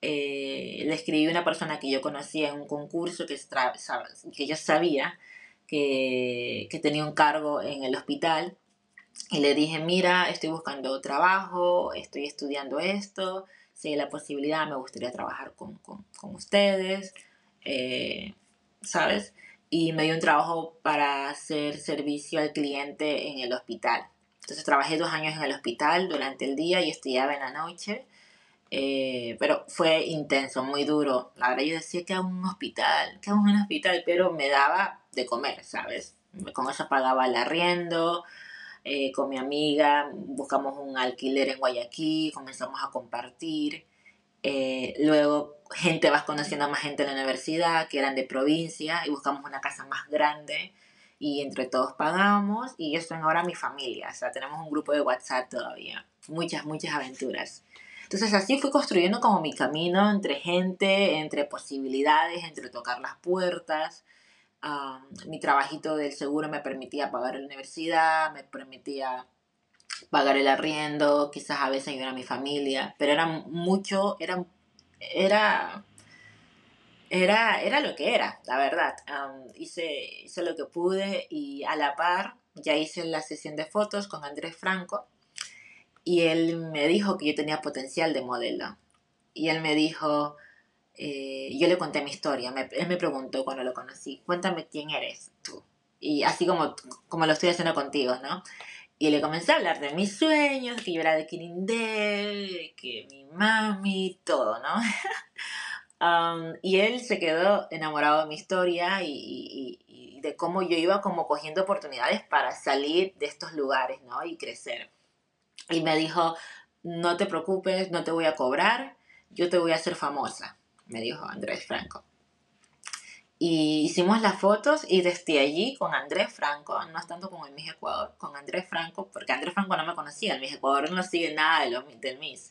eh, le escribí a una persona que yo conocía en un concurso que, tra- sab- que yo sabía que, que tenía un cargo en el hospital y le dije, mira, estoy buscando trabajo, estoy estudiando esto, si hay la posibilidad me gustaría trabajar con, con, con ustedes, eh, ¿sabes? Y me dio un trabajo para hacer servicio al cliente en el hospital. Entonces trabajé dos años en el hospital durante el día y estudiaba en la noche. Eh, pero fue intenso, muy duro. La verdad yo decía que a un hospital, que a un hospital, pero me daba de comer, ¿sabes? Con eso pagaba el arriendo, eh, con mi amiga buscamos un alquiler en Guayaquil, comenzamos a compartir. Eh, luego gente vas conociendo a más gente en la universidad que eran de provincia y buscamos una casa más grande y entre todos pagamos y ellos son ahora mi familia, o sea, tenemos un grupo de WhatsApp todavía, muchas, muchas aventuras. Entonces así fui construyendo como mi camino entre gente, entre posibilidades, entre tocar las puertas. Um, mi trabajito del seguro me permitía pagar la universidad, me permitía pagar el arriendo, quizás a veces ayudar a mi familia, pero era mucho, era, era, era, era lo que era, la verdad. Um, hice, hice lo que pude y a la par ya hice la sesión de fotos con Andrés Franco y él me dijo que yo tenía potencial de modelo. Y él me dijo, eh, yo le conté mi historia, me, él me preguntó cuando lo conocí, cuéntame quién eres tú. Y así como, como lo estoy haciendo contigo, ¿no? Y le comencé a hablar de mis sueños, que yo era de Kirindé, que mi mami, todo, ¿no? Um, y él se quedó enamorado de mi historia y, y, y, de cómo yo iba como cogiendo oportunidades para salir de estos lugares, ¿no? Y crecer. Y me dijo, no te preocupes, no te voy a cobrar, yo te voy a hacer famosa, me dijo Andrés Franco. Y hicimos las fotos y desde allí con Andrés Franco, no es tanto como el Miss Ecuador, con Andrés Franco, porque Andrés Franco no me conocía, el Miss Ecuador no sigue nada de lo, del Miss.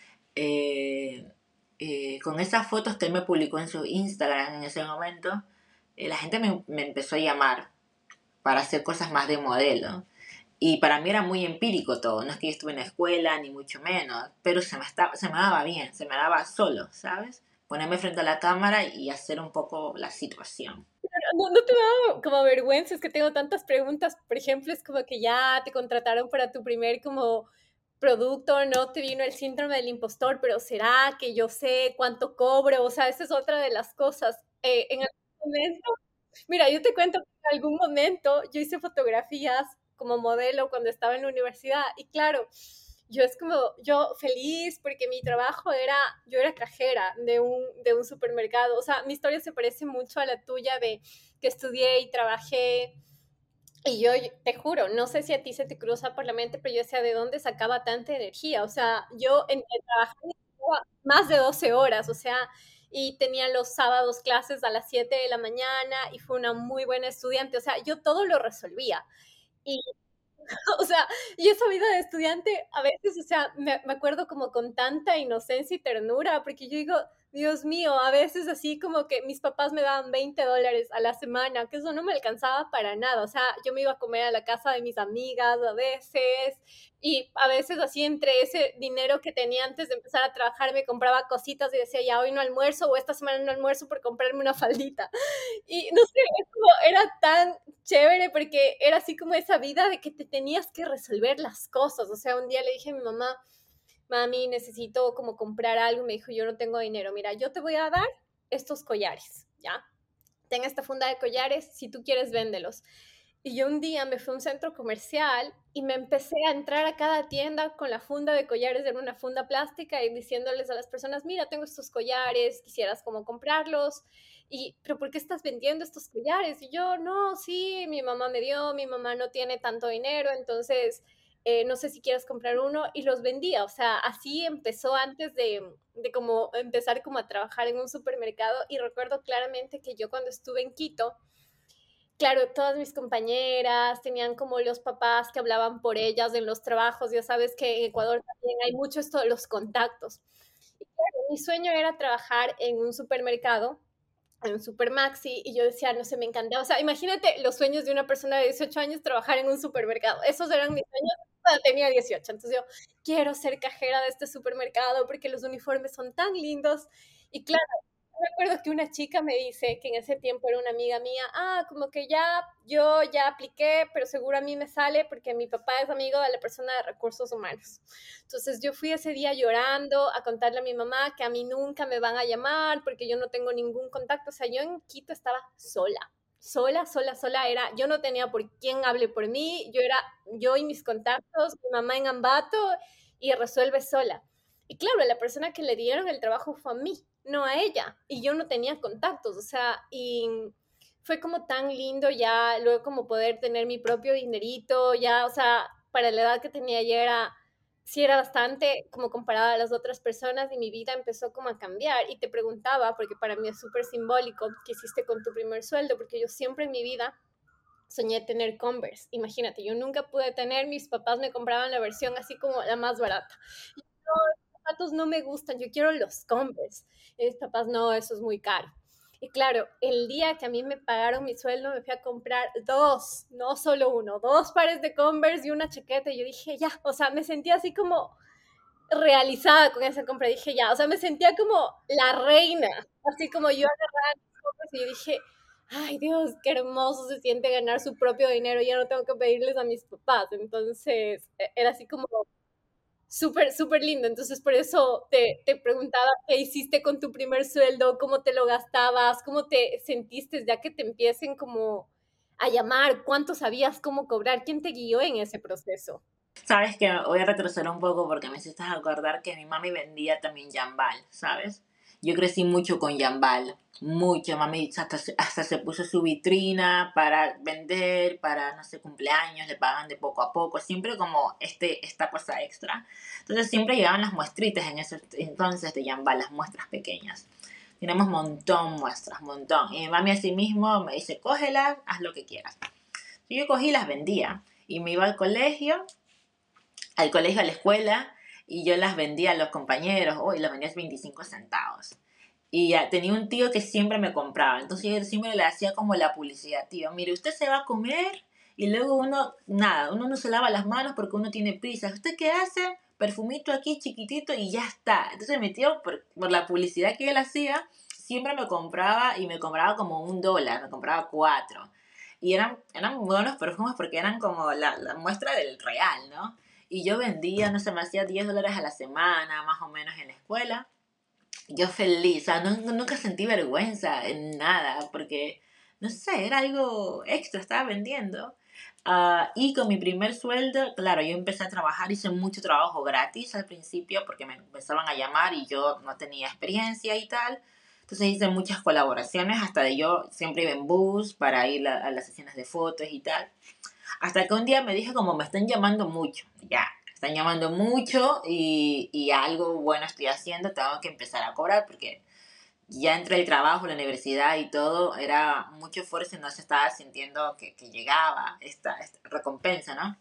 Eh, eh, con esas fotos que él me publicó en su Instagram en ese momento, eh, la gente me, me empezó a llamar para hacer cosas más de modelo. Y para mí era muy empírico todo, no es que yo estuve en la escuela, ni mucho menos, pero se me, estaba, se me daba bien, se me daba solo, ¿sabes? Ponerme frente a la cámara y hacer un poco la situación. No, no te da como vergüenza, es que tengo tantas preguntas. Por ejemplo, es como que ya te contrataron para tu primer como producto, no te vino el síndrome del impostor, pero ¿será que yo sé cuánto cobro? O sea, esa es otra de las cosas. Eh, en algún momento, mira, yo te cuento que en algún momento yo hice fotografías como modelo cuando estaba en la universidad y claro, yo es como, yo feliz porque mi trabajo era, yo era cajera de un, de un supermercado. O sea, mi historia se parece mucho a la tuya de que estudié y trabajé. Y yo te juro, no sé si a ti se te cruza por la mente, pero yo decía, ¿de dónde sacaba tanta energía? O sea, yo en, en trabajaba más de doce horas, o sea, y tenía los sábados clases a las siete de la mañana y fue una muy buena estudiante, o sea, yo todo lo resolvía. Y o sea, y esa vida de estudiante a veces, o sea, me, me acuerdo como con tanta inocencia y ternura, porque yo digo, Dios mío, a veces así como que mis papás me daban veinte dólares a la semana, que eso no me alcanzaba para nada, o sea, yo me iba a comer a la casa de mis amigas a veces, y a veces así entre ese dinero que tenía antes de empezar a trabajar me compraba cositas y decía, ya hoy no almuerzo o esta semana no almuerzo por comprarme una faldita. Y no sé, es como, era tan chévere porque era así como esa vida de que te tenías que resolver las cosas. O sea, un día le dije a mi mamá, mami, necesito como comprar algo. Me dijo, yo no tengo dinero. Mira, yo te voy a dar estos collares, ¿ya? Ten esta funda de collares, si tú quieres, véndelos. Y yo un día me fui a un centro comercial y me empecé a entrar a cada tienda con la funda de collares, era una funda plástica, y diciéndoles a las personas, mira, tengo estos collares, quisieras como comprarlos. Y, pero ¿por qué estás vendiendo estos collares? Y yo, no, sí, mi mamá me dio, mi mamá no tiene tanto dinero, entonces eh, no sé si quieres comprar uno. Y los vendía, o sea, así empezó antes de, de como empezar como a trabajar en un supermercado. Y recuerdo claramente que yo cuando estuve en Quito, claro, todas mis compañeras tenían como los papás que hablaban por ellas en los trabajos. Ya sabes que en Ecuador también hay mucho esto de los contactos. Y claro, mi sueño era trabajar en un supermercado, en un supermaxi, y yo decía, no sé, me encantaba. O sea, imagínate los sueños de una persona de dieciocho años trabajar en un supermercado. Esos eran mis sueños cuando tenía dieciocho. Entonces yo quiero ser cajera de este supermercado porque los uniformes son tan lindos. Y claro, me acuerdo que una chica me dice, que en ese tiempo era una amiga mía, ah, como que ya, yo ya apliqué, pero seguro a mí me sale porque mi papá es amigo de la persona de recursos humanos. Entonces yo fui ese día llorando a contarle a mi mamá que a mí nunca me van a llamar porque yo no tengo ningún contacto. O sea, yo en Quito estaba sola, sola, sola, sola. Era, yo no tenía por quién hable por mí. Yo era yo y mis contactos, mi mamá en Ambato y resuelve sola. Y claro, la persona que le dieron el trabajo fue a mí, no a ella. Y yo no tenía contactos, o sea, y fue como tan lindo ya luego como poder tener mi propio dinerito, ya, o sea, para la edad que tenía ya era, sí era bastante como comparada a las otras personas y mi vida empezó como a cambiar. Y te preguntaba, porque para mí es súper simbólico, ¿qué hiciste con tu primer sueldo? Porque yo siempre en mi vida soñé tener Converse. Imagínate, yo nunca pude tener, mis papás me compraban la versión así como la más barata. Y no, los zapatos no me gustan, yo quiero los Converse. Y mis papás, no, eso es muy caro. Y claro, el día que a mí me pagaron mi sueldo, me fui a comprar dos, no solo uno, dos pares de Converse y una chaqueta. Y yo dije, ya, o sea, me sentía así como realizada con esa compra. Dije, ya, o sea, me sentía como la reina, así como yo agarraba mis cosas y yo dije, ay Dios, qué hermoso se siente ganar su propio dinero, ya no tengo que pedirles a mis papás. Entonces, e- era así como súper, súper lindo. Entonces, por eso te, te preguntaba qué hiciste con tu primer sueldo, cómo te lo gastabas, cómo te sentiste ya que te empiecen como a llamar, cuánto sabías cómo cobrar, quién te guió en ese proceso. Sabes que voy a retroceder un poco porque me hiciste acordar que mi mami vendía también Jambal, ¿sabes? Yo crecí mucho con Jambal, mucho. Mami hasta, se- hasta se puso su vitrina para vender, para, no sé, cumpleaños, le pagan de poco a poco, siempre como este, esta cosa extra. Entonces siempre llegaban las muestritas en ese entonces de Jambal, las muestras pequeñas. Tenemos montón muestras, montón. Y mi mami así mismo me dice, cógelas, haz lo que quieras. Y yo cogí y las vendía. Y me iba al colegio al colegio, a la escuela, y yo las vendía a los compañeros, hoy oh, las vendía a veinticinco centavos. Y ya, tenía un tío que siempre me compraba, entonces yo siempre le hacía como la publicidad, tío, mire, usted se va a comer y luego uno, nada, uno no se lava las manos porque uno tiene prisa. ¿Usted qué hace? Perfumito aquí chiquitito y ya está. Entonces mi tío, por, por la publicidad que él hacía, siempre me compraba y me compraba como un dólar, me compraba cuatro. Y eran, eran buenos perfumes porque eran como la, la muestra del real, ¿no? Y yo vendía, no sé, me hacía diez dólares a la semana, más o menos en la escuela. Yo feliz, o sea, no, no- nunca sentí vergüenza en nada, porque, no sé, era algo extra, estaba vendiendo. Ah, y con mi primer sueldo, claro, yo empecé a trabajar, hice mucho trabajo gratis al principio, porque me empezaban a llamar y yo no tenía experiencia y tal. Entonces hice muchas colaboraciones, hasta de yo siempre iba en bus para ir a, a las sesiones de fotos y tal. Hasta que un día me dije como me están llamando mucho, ya, me están llamando mucho y, y algo bueno estoy haciendo, tengo que empezar a cobrar porque ya entre el trabajo, la universidad y todo, era mucho esfuerzo y no se estaba sintiendo que, que llegaba esta, esta recompensa, ¿no?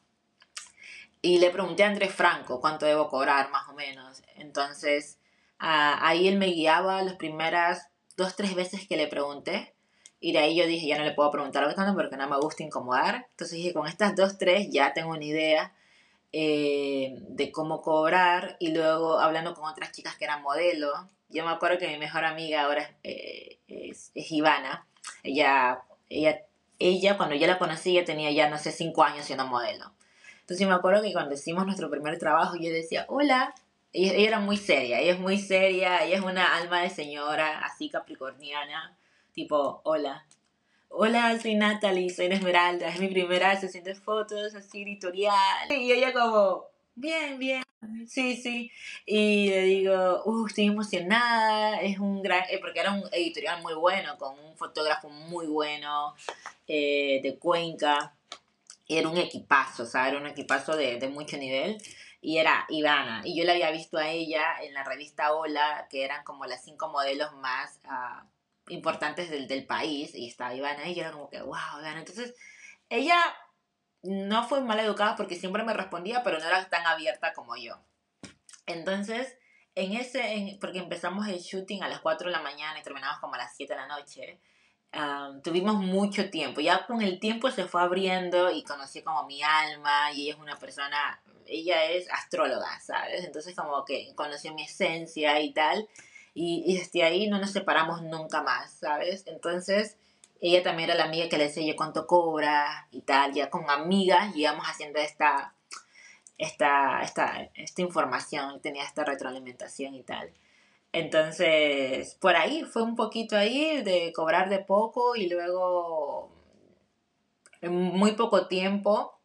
Y le pregunté a Andrés Franco cuánto debo cobrar más o menos. Entonces, ah, ahí él me guiaba las primeras dos, tres veces que le pregunté. Y de ahí yo dije, ya no le puedo preguntar algo tanto porque no me gusta incomodar. Entonces dije, con estas dos, tres ya tengo una idea eh, de cómo cobrar. Y luego hablando con otras chicas que eran modelos. Yo me acuerdo que mi mejor amiga ahora eh, es, es Ivana. Ella, ella, ella, cuando yo la conocí, ella tenía ya, no sé, cinco años siendo modelo. Entonces me acuerdo que cuando hicimos nuestro primer trabajo, yo decía, hola. Ella, ella era muy seria, ella es muy seria, ella es una alma de señora, así capricorniana, tipo, hola. Hola, soy Natalie, soy Esmeralda, es mi primera sesión de fotos, así editorial. Y ella como, bien, bien, sí, sí. Y le digo, uh, estoy emocionada, es un gran, eh, porque era un editorial muy bueno, con un fotógrafo muy bueno, eh, de Cuenca. Era un equipazo, o sea, era un equipazo de, de mucho nivel. Y era Ivana. Y yo la había visto a ella en la revista Hola, que eran como las cinco modelos más uh, importantes del, del país. Y estaba Ivana y yo era como que, wow, Ivana. Entonces, ella no fue mal educada porque siempre me respondía, pero no era tan abierta como yo. Entonces, en ese, en, porque empezamos el shooting a las cuatro de la mañana y terminamos como a las siete de la noche. Um, tuvimos mucho tiempo, ya con el tiempo se fue abriendo y conocí como mi alma y ella es una persona ella es astróloga, ¿sabes? Entonces como que conoció mi esencia y tal, y, y desde ahí no nos separamos nunca más, ¿sabes? Entonces ella también era la amiga que le decía yo cuánto cobra y tal, ya con amigas íbamos haciendo esta, esta, esta, esta información, tenía esta retroalimentación y tal. Entonces, por ahí fue un poquito ahí de cobrar de poco y luego en muy poco tiempo,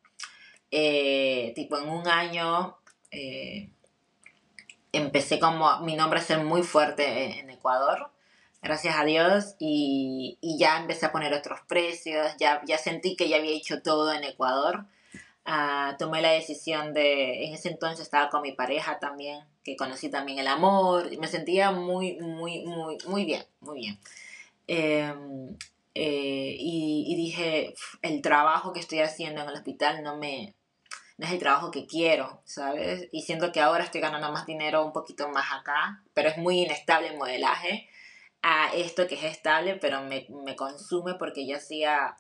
eh, tipo en un año, eh, empecé como mi nombre a ser muy fuerte en Ecuador, gracias a Dios, y, y ya empecé a poner otros precios, ya, ya sentí que ya había hecho todo en Ecuador. Uh, tomé la decisión de, en ese entonces estaba con mi pareja también, que conocí también el amor, y me sentía muy, muy, muy, muy bien, muy bien. Eh, eh, y, y dije, el trabajo que estoy haciendo en el hospital no me, no es el trabajo que quiero, ¿sabes? Y siento que ahora estoy ganando más dinero un poquito más acá, pero es muy inestable el modelaje, a esto que es estable, pero me, me consume porque yo hacía,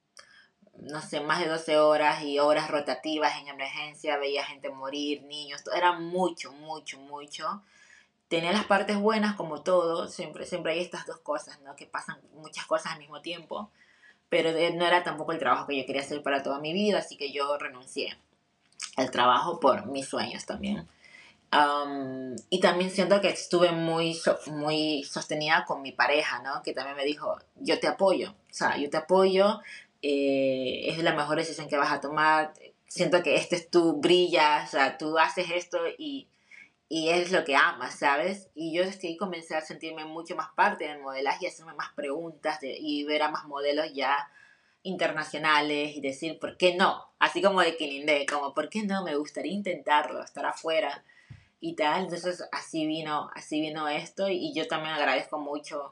no sé, más de doce horas y horas rotativas en emergencia, veía gente morir, niños, era mucho, mucho, mucho. Tenía las partes buenas como todo, siempre, siempre hay estas dos cosas, ¿no? Que pasan muchas cosas al mismo tiempo, pero no era tampoco el trabajo que yo quería hacer para toda mi vida, así que yo renuncié al trabajo por mis sueños también. Um, y también siento que estuve muy, so, muy sostenida con mi pareja, ¿no? Que también me dijo, yo te apoyo, o sea, yo te apoyo, eh, es la mejor decisión que vas a tomar, siento que este es tu brilla, o sea, tú haces esto y, y es lo que amas, ¿sabes? Y yo desde ahí comencé a sentirme mucho más parte del modelaje y hacerme más preguntas de, y ver a más modelos ya internacionales y decir, ¿por qué no? Así como de Kinindé, como, ¿por qué no? Me gustaría intentarlo, estar afuera y tal. Entonces así vino, así vino esto y yo también agradezco mucho.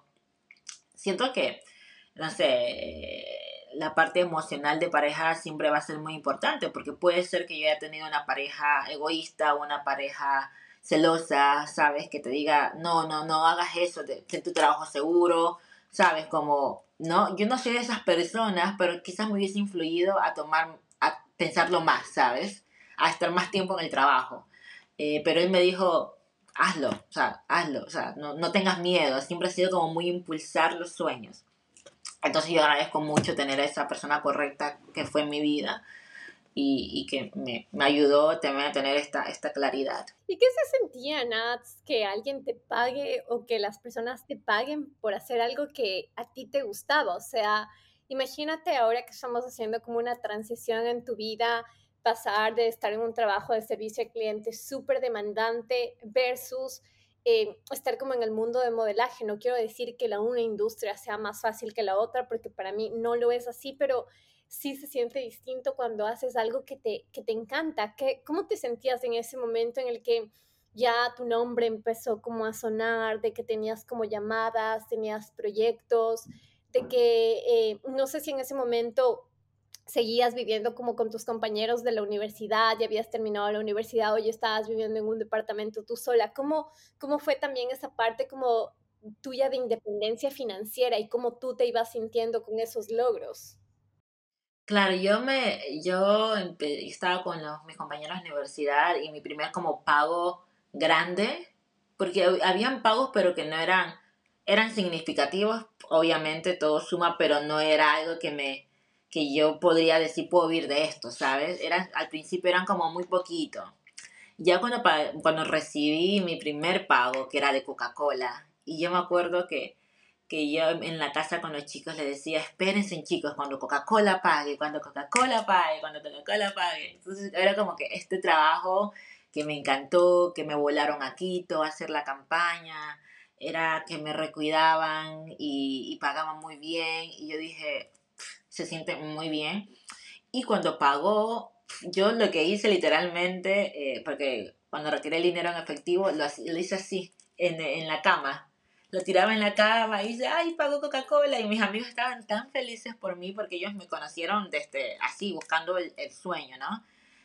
Siento que, no sé, la parte emocional de pareja siempre va a ser muy importante porque puede ser que yo haya tenido una pareja egoísta o una pareja celosa, ¿sabes? Que te diga, no, no, no hagas eso, ten tu trabajo seguro, ¿sabes? Como, no, yo no soy de esas personas, pero quizás me hubiese influido a tomar, a pensarlo más, ¿sabes? A estar más tiempo en el trabajo. Eh, pero él me dijo, hazlo, o sea, hazlo, o sea, no, no tengas miedo, siempre ha sido como muy impulsar los sueños. Entonces yo agradezco mucho tener a esa persona correcta que fue en mi vida y, y que me, me ayudó también a tener esta, esta claridad. ¿Y qué se sentía, Nats, que alguien te pague o que las personas te paguen por hacer algo que a ti te gustaba? O sea, imagínate ahora que estamos haciendo como una transición en tu vida, pasar de estar en un trabajo de servicio al cliente súper demandante versus eh, estar como en el mundo de modelaje. No quiero decir que la una industria sea más fácil que la otra, porque para mí no lo es así, pero sí se siente distinto cuando haces algo que te, que te encanta. ¿Qué, ¿Cómo te sentías en ese momento en el que ya tu nombre empezó como a sonar, de que tenías como llamadas, tenías proyectos, de que eh, no sé si en ese momento seguías viviendo como con tus compañeros de la universidad, ya habías terminado la universidad o ya estabas viviendo en un departamento tú sola? ¿Cómo, cómo fue también esa parte como tuya de independencia financiera y cómo tú te ibas sintiendo con esos logros? Claro, yo me, yo empe- estaba con los, mis compañeros de universidad y mi primer como pago grande, porque hab- habían pagos pero que no eran, eran significativos, obviamente todo suma, pero no era algo que me, que yo podría decir puedo vivir de esto, ¿sabes? Eran, al principio eran como muy poquito. Ya cuando, pa- cuando recibí mi primer pago, que era de Coca-Cola, y yo me acuerdo que, que yo en la casa con los chicos les decía, espérense chicos, cuando Coca-Cola pague, cuando Coca-Cola pague, cuando Coca-Cola pague. Entonces era como que este trabajo que me encantó, que me volaron a Quito a hacer la campaña, era que me recuidaban y, y pagaban muy bien, y yo dije, se siente muy bien. Y cuando pagó, yo lo que hice literalmente, eh, porque cuando retiré el dinero en efectivo, lo, lo hice así, en, en la cama. Lo tiraba en la cama y dice, ay, pagó Coca-Cola. Y mis amigos estaban tan felices por mí porque ellos me conocieron desde así, buscando el, el sueño, ¿no?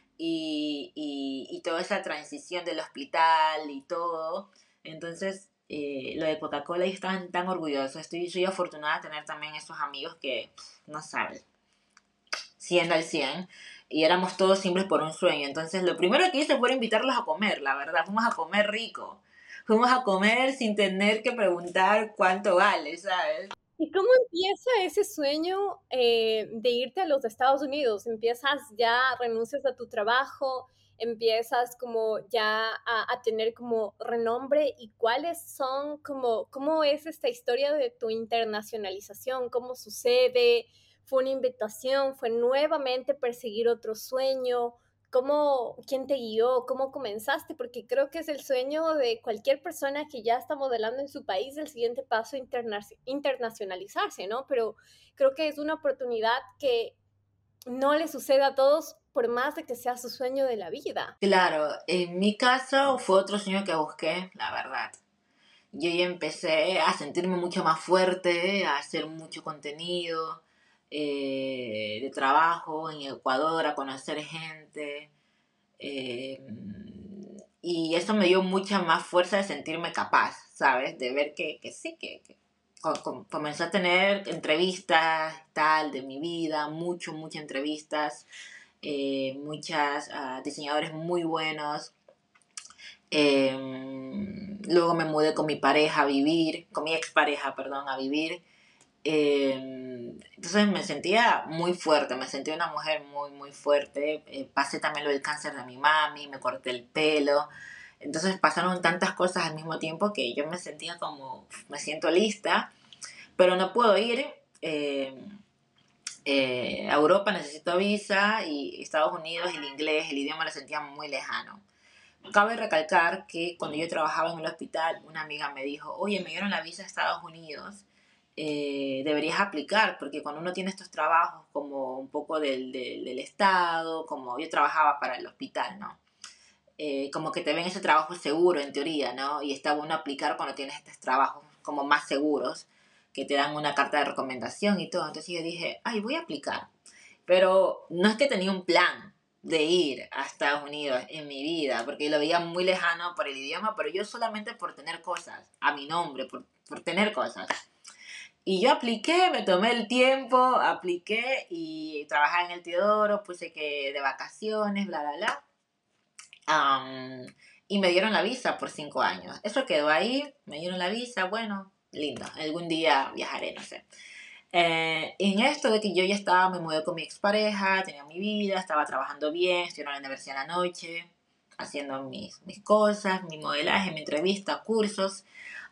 Y, y, y toda esa transición del hospital y todo. Entonces, eh, lo de Coca-Cola, ellos estaban tan orgullosos. Estoy, soy afortunada de tener también esos amigos que, no saben, cien al cien. y éramos todos simples por un sueño. Entonces lo primero que hice fue invitarlos a comer, la verdad, fuimos a comer rico. Fuimos a comer sin tener que preguntar cuánto vale, ¿sabes? ¿Y cómo empieza ese sueño eh, de irte a los Estados Unidos? ¿Empiezas ya, renuncias a tu trabajo, empiezas como ya a, a tener como renombre? ¿Y cuáles son como, cómo es esta historia de tu internacionalización? ¿Cómo sucede? ¿Fue una invitación? ¿Fue nuevamente perseguir otro sueño? ¿Cómo, quién te guió? ¿Cómo comenzaste? Porque creo que es el sueño de cualquier persona que ya está modelando en su país el siguiente paso interna internacionalizarse, ¿no? Pero creo que es una oportunidad que no le sucede a todos por más de que sea su sueño de la vida. Claro, en mi caso fue otro sueño que busqué, la verdad. Yo ya empecé a sentirme mucho más fuerte, a hacer mucho contenido eh, de trabajo en Ecuador, a conocer gente. eh, y eso me dio mucha más fuerza de sentirme capaz, ¿sabes? De ver que, que sí, que, que co- co- comencé a tener entrevistas, tal, de mi vida, mucho, muchas entrevistas, eh, muchas uh, diseñadores muy buenos. Eh, luego me mudé con mi pareja a vivir, con mi expareja, perdón, a vivir. Eh, entonces me sentía muy fuerte, me sentía una mujer muy, muy fuerte. Eh, pasé también lo del cáncer de mi mami, me corté el pelo. Entonces pasaron tantas cosas al mismo tiempo que yo me sentía como, me siento lista, pero no puedo ir. Eh, eh, a Europa necesito visa y Estados Unidos el inglés, el idioma lo sentía muy lejano. Cabe recalcar que cuando yo trabajaba en el hospital, una amiga me dijo, oye, me dieron la visa a Estados Unidos, eh, deberías aplicar, porque cuando uno tiene estos trabajos como un poco del, del, del Estado, como yo trabajaba para el hospital, ¿no? Eh, como que te ven ese trabajo seguro en teoría, ¿no? Y está bueno aplicar cuando tienes estos trabajos como más seguros, que te dan una carta de recomendación y todo. Entonces yo dije, ay, voy a aplicar. Pero no es que tenía un plan de ir a Estados Unidos en mi vida, porque lo veía muy lejano por el idioma, pero yo solamente por tener cosas a mi nombre, por, por tener cosas. Y yo apliqué, me tomé el tiempo, apliqué y trabajaba en el Teodoro, puse que de vacaciones, bla, bla, bla. Um, y me dieron la visa por cinco años. Eso quedó ahí, me dieron la visa, bueno, lindo, algún día viajaré, no sé. Eh, en esto de que yo ya estaba, me mudé con mi expareja, tenía mi vida, estaba trabajando bien, estuve en la universidad en la noche, haciendo mis, mis cosas, mi modelaje, mi entrevista, cursos,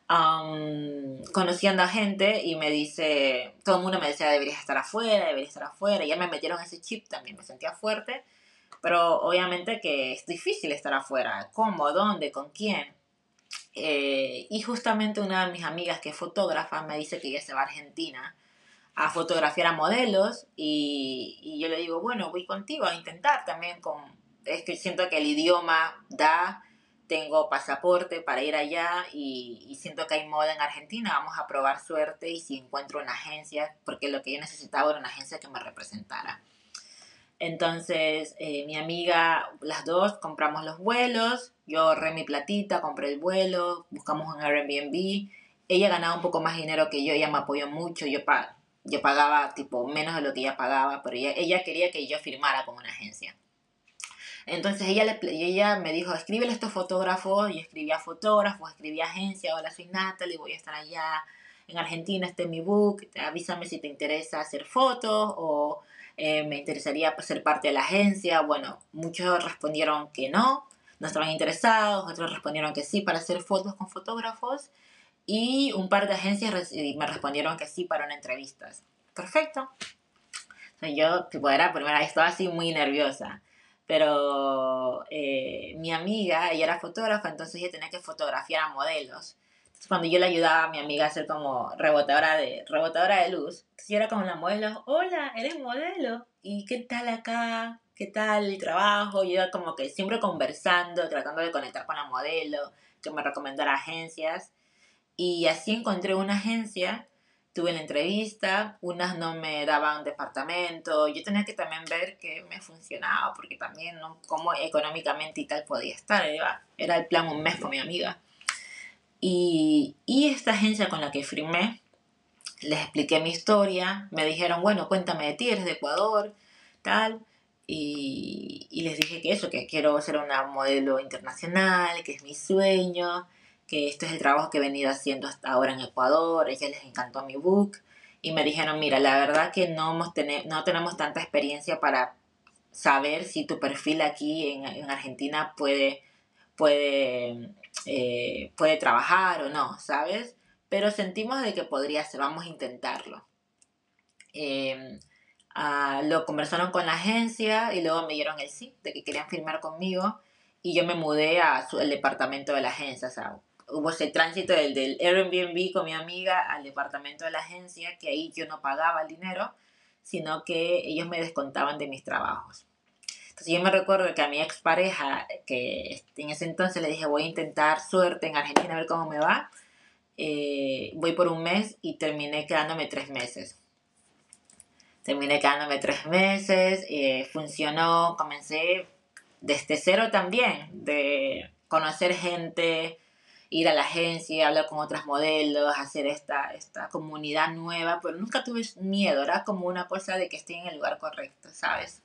um, conociendo a gente y me dice, todo el mundo me decía, deberías estar afuera, deberías estar afuera, y ya me metieron ese chip también, me sentía fuerte, pero obviamente que es difícil estar afuera, ¿cómo? ¿Dónde? ¿Con quién? Eh, y justamente una de mis amigas que es fotógrafa me dice que ella se va a Argentina a fotografiar a modelos y, y yo le digo, bueno, voy contigo a intentar también con... Es que siento que el idioma da, tengo pasaporte para ir allá y, y siento que hay moda en Argentina, vamos a probar suerte y si encuentro una agencia, porque lo que yo necesitaba era una agencia que me representara. Entonces, eh, mi amiga, las dos, compramos los vuelos, yo ahorré mi platita, compré el vuelo, buscamos un Airbnb, ella ganaba un poco más dinero que yo, ella me apoyó mucho, yo, pa yo pagaba tipo menos de lo que ella pagaba, pero ella, ella quería que yo firmara con una agencia. Entonces ella, le, ella me dijo, escríbele a estos fotógrafos, y escribía fotógrafos, escribía agencia, hola soy Natalie, voy a estar allá en Argentina, este es mi book, avísame si te interesa hacer fotos o eh, me interesaría ser parte de la agencia. Bueno, muchos respondieron que no, no estaban interesados, otros respondieron que sí para hacer fotos con fotógrafos y un par de agencias me respondieron que sí para una entrevista. Perfecto. O sea, yo, tipo, era primera, estaba así muy nerviosa. Pero eh, mi amiga, ella era fotógrafa, entonces ella tenía que fotografiar a modelos. Entonces cuando yo le ayudaba a mi amiga a hacer como rebotadora de, rebotadora de luz, entonces yo era como la modelo, hola, eres modelo, ¿y qué tal acá? ¿Qué tal el trabajo? Yo iba como que siempre conversando, tratando de conectar con la modelo, que me recomendara agencias. Y así encontré una agencia, tuve la entrevista, unas no me daban departamento, yo tenía que también ver que me funcionaba, porque también, ¿no? Cómo económicamente y tal podía estar, era, era el plan un mes con mi amiga. Y, y esta agencia con la que firmé, les expliqué mi historia, me dijeron, bueno, cuéntame de ti, eres de Ecuador, tal. y, y les dije que eso, que quiero ser una modelo internacional, que es mi sueño, que esto es el trabajo que he venido haciendo hasta ahora en Ecuador. A ellos les encantó mi book y me dijeron, mira, la verdad que no, hemos tene- no tenemos tanta experiencia para saber si tu perfil aquí en, en Argentina puede, puede, eh, puede trabajar o no, ¿sabes? Pero sentimos de que podría ser, vamos a intentarlo. Eh, ah, lo conversaron con la agencia y luego me dieron el sí, de que querían firmar conmigo y yo me mudé a su- al departamento de la agencia. O sea, hubo ese tránsito del, del Airbnb con mi amiga al departamento de la agencia, que ahí yo no pagaba el dinero, sino que ellos me descontaban de mis trabajos. Entonces yo me recuerdo que a mi expareja, que en ese entonces le dije voy a intentar suerte en Argentina a ver cómo me va, eh, voy por un mes y terminé quedándome tres meses. Terminé quedándome tres meses, eh, funcionó, comencé desde cero también, de conocer gente, ir a la agencia, hablar con otros modelos, hacer esta, esta comunidad nueva, pero nunca tuve miedo, era como una cosa de que estoy en el lugar correcto, ¿sabes?